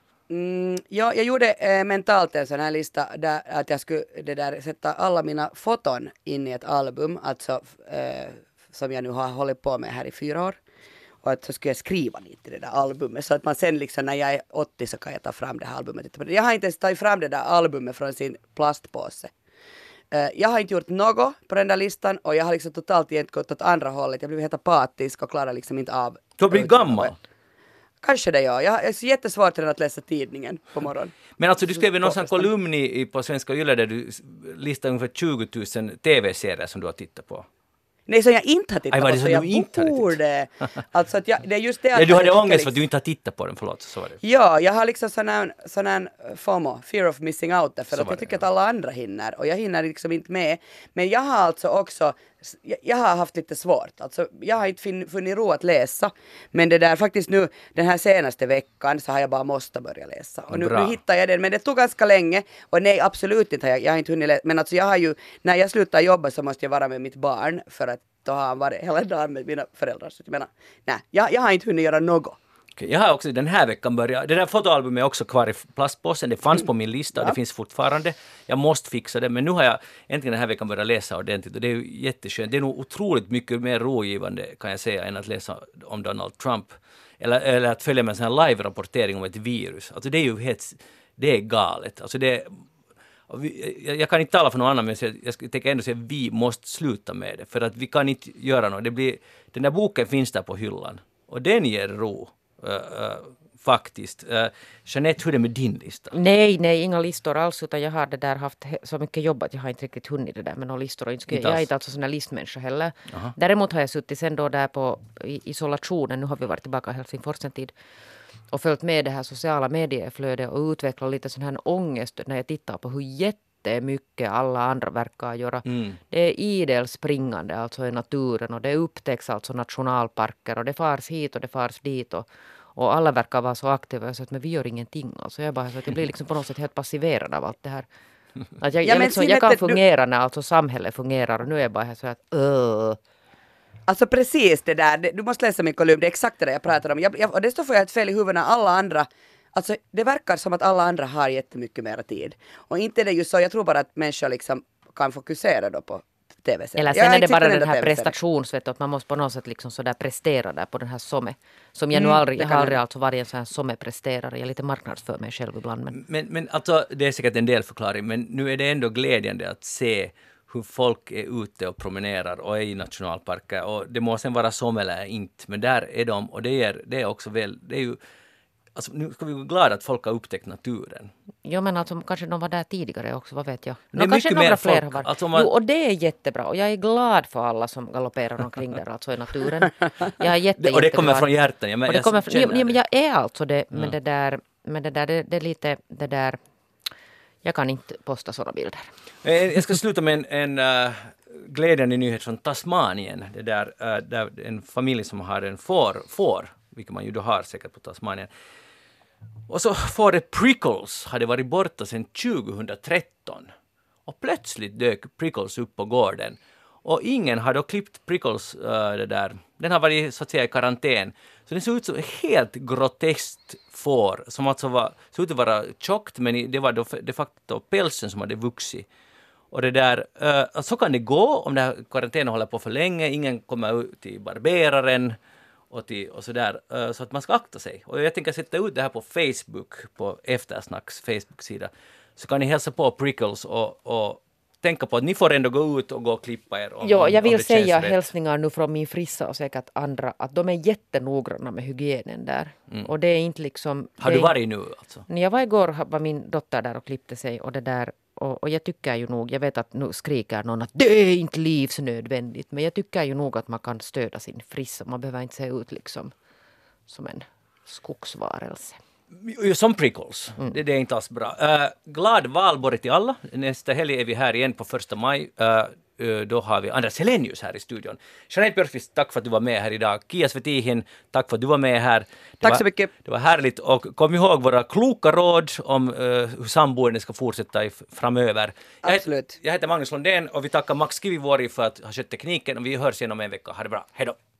Mm, ja, jag gjorde eh, mentalt en sån här lista där att jag skulle det där, sätta alla mina foton in i ett album, alltså eh, som jag nu har hållit på med här i fyra år. Och att så skulle jag skriva lite i det där albumet. Så att man sen liksom när jag är åttio så kan jag ta fram det här albumet. Jag har inte ens tagit fram det där albumet från sin plastpåse. Uh, jag har inte gjort något på den där listan. Och jag har liksom totalt inte gått åt andra hållet. Jag blev helt apatisk och klarar liksom inte av. Du har blivit gammal. Kanske det, ja. Jag har så jättesvårt att läsa tidningen på morgonen. Men alltså du skrev någon sån kolumn i, på Svenska Yle där du listade ungefär tjugo tusen tv-serier som du har tittat på. Nej, så jag inte har tittat Aj, på, så jag inte borde. Alltså att jag, det är just det att Nej, du hade ångest liksom, för att du inte har tittat på den, förlåt, så var det. Ja, jag har liksom sån här, sån här FOMO, fear of missing out, därför så att jag det, tycker ja. att alla andra hinner, och jag hinner liksom inte med. Men jag har alltså också, jag, jag har haft lite svårt, alltså jag har inte fin, funnit ro att läsa, men det där faktiskt nu, den här senaste veckan så har jag bara måste börja läsa. Och nu, nu hittar jag den, men det tog ganska länge, och nej, absolut inte, jag, jag har inte hunnit läsa, men alltså jag har ju, när jag slutar jobba så måste jag vara med mitt barn, för att då har han varit hela dagen med mina föräldrar. Så jag menar, nej, jag, jag har inte hunnit göra något. Okay, jag har också den här veckan börjat. Det där fotoalbumet är också kvar i plastpåsen. Det fanns på min lista och ja. Det finns fortfarande. Jag måste fixa det. Men nu har jag äntligen den här veckan börjat läsa ordentligt. Och det är ju jätteskönt. Det är nog otroligt mycket mer rogivande, kan jag säga, än att läsa om Donald Trump. Eller, eller att följa med en sån här live-rapportering om ett virus. Alltså det är ju helt, det är galet. Alltså det är, jag kan inte tala för någon annan, men jag tänker ändå säga att vi måste sluta med det. För att vi kan inte göra något. Det blir, den där boken finns där på hyllan. Och den ger ro, uh, uh, faktiskt. Uh, Jeanette, hur är det med din lista? Nej, nej, inga listor alls. Utan jag har det där haft så mycket jobb att jag har inte riktigt hunnit det där med några listor. Och inte, jag är inte alltså sån här listmänniska heller. Aha. Däremot har jag suttit sen då där på isolationen. Nu har vi varit tillbaka i Helsingfors en tid. Och följt med det här sociala medieflödet och utvecklat lite sån här ångest när jag tittar på hur jättemycket alla andra verkar göra. Mm. Det är idel springande alltså i naturen, och det upptäcks alltså nationalparker, och det fars hit och det fars dit, och, och alla verkar vara så aktiva så att men vi gör ingenting. Alltså jag, bara, så att jag blir liksom på något sätt helt passiverad av allt det här. Att jag, ja, jag, liksom, jag kan fungera när alltså samhället fungerar, och nu är jag bara så att öh. Alltså precis det där, du måste läsa min kolumn, det är exakt det där jag pratar om. Jag, jag, och det står för jag ett fel i huvudet när alla andra, alltså det verkar som att alla andra har jättemycket mer tid. Och inte det ju så, jag tror bara att människor liksom kan fokusera då på tv-serier. Eller sen Jag är det inte bara sett en den här enda T V-serie. prestations, vet du, att man måste på något sätt liksom sådär prestera där på den här somme. Som jag Mm, nu aldrig, det jag kan har aldrig jag. alltså varit en sån här somme-presterare. Jag är lite marknadsför mig själv ibland. Men Men, men alltså, det är säkert en del förklaring, men nu är det ändå glädjande att se hur folk är ute och promenerar och är i nationalparker. Och det må sen vara som eller inte, men där är de. Och det är, det är också väl, det är ju, alltså nu ska vi vara glada att folk har upptäckt naturen. jo, men alltså kanske de var där tidigare också, vad vet jag. Det är Nå, kanske mycket några mer fler folk. har varit. Alltså, man- Jo, och det är jättebra. Och jag är glad för alla som galopperar omkring där, alltså i naturen. Jag är jätte, Och det kommer jätteglad. från hjärtan. Jag, men, Och det jag kommer från, känner ja, men det. jag är alltså det, men det där, men det där, det, det är lite, det där, jag kan inte posta sådana bilder. Eh, Jag ska sluta med en, en uh, glädjande nyhet från Tasmanien. Det där, uh, där en familj som har en får, får, vilket man ju då har säkert på Tasmanien. Och så fåret Prickles hade varit borta sedan tjugohundratretton. Och plötsligt dök Prickles upp på gården. Och ingen har då klippt Prickles, uh, det där. Den har varit så att säga i karantän. Så den såg ut som ett helt groteskt får. Som alltså var, såg ut att vara tjockt, men i- det var då de facto pälsen som hade vuxit. Och det där, uh, så kan det gå om det här karantänen håller på för länge. Ingen kommer ut till barberaren och, till, och sådär. Uh, så att man ska akta sig. Och jag tänker sätta ut det här på Facebook, på Eftersnacks Facebook-sida. Så kan ni hälsa på Prickles och, och tänka på att ni får ändå gå ut och gå och klippa er. Om, Jo, om, jag om vill det känns säga rätt. hälsningar nu från min frissa och säkert andra att de är jättenoggranna med hygienen där. Och det är inte liksom... Har det du är- varit nu alltså? När jag var igår var min dotter där och klippte sig och det där och, och jag tycker ju nog, jag vet att nu skriker någon att det är inte livsnödvändigt, men jag tycker ju nog att man kan stödja sin frissa. Man behöver inte se ut liksom som en skogsvarelse. Jo, som Prickles. Mm. Det, det är inte alls bra. Uh, glad valborg till alla. Nästa helg är vi här igen på första maj. Uh, uh, då har vi Anders Helenius här i studion. Jeanette Björkqvist, tack för att du var med här idag. Kia Svetihin, tack för att du var med här. Det Tack var, så mycket. Det var härligt. Och kom ihåg våra kloka råd om uh, hur samboende ska fortsätta i, framöver. Jag het- Absolut. Jag heter Magnus Lundén och vi tackar Max Kivivuori för att ha skött tekniken och vi hörs igen om en vecka. Ha det bra. Hej då!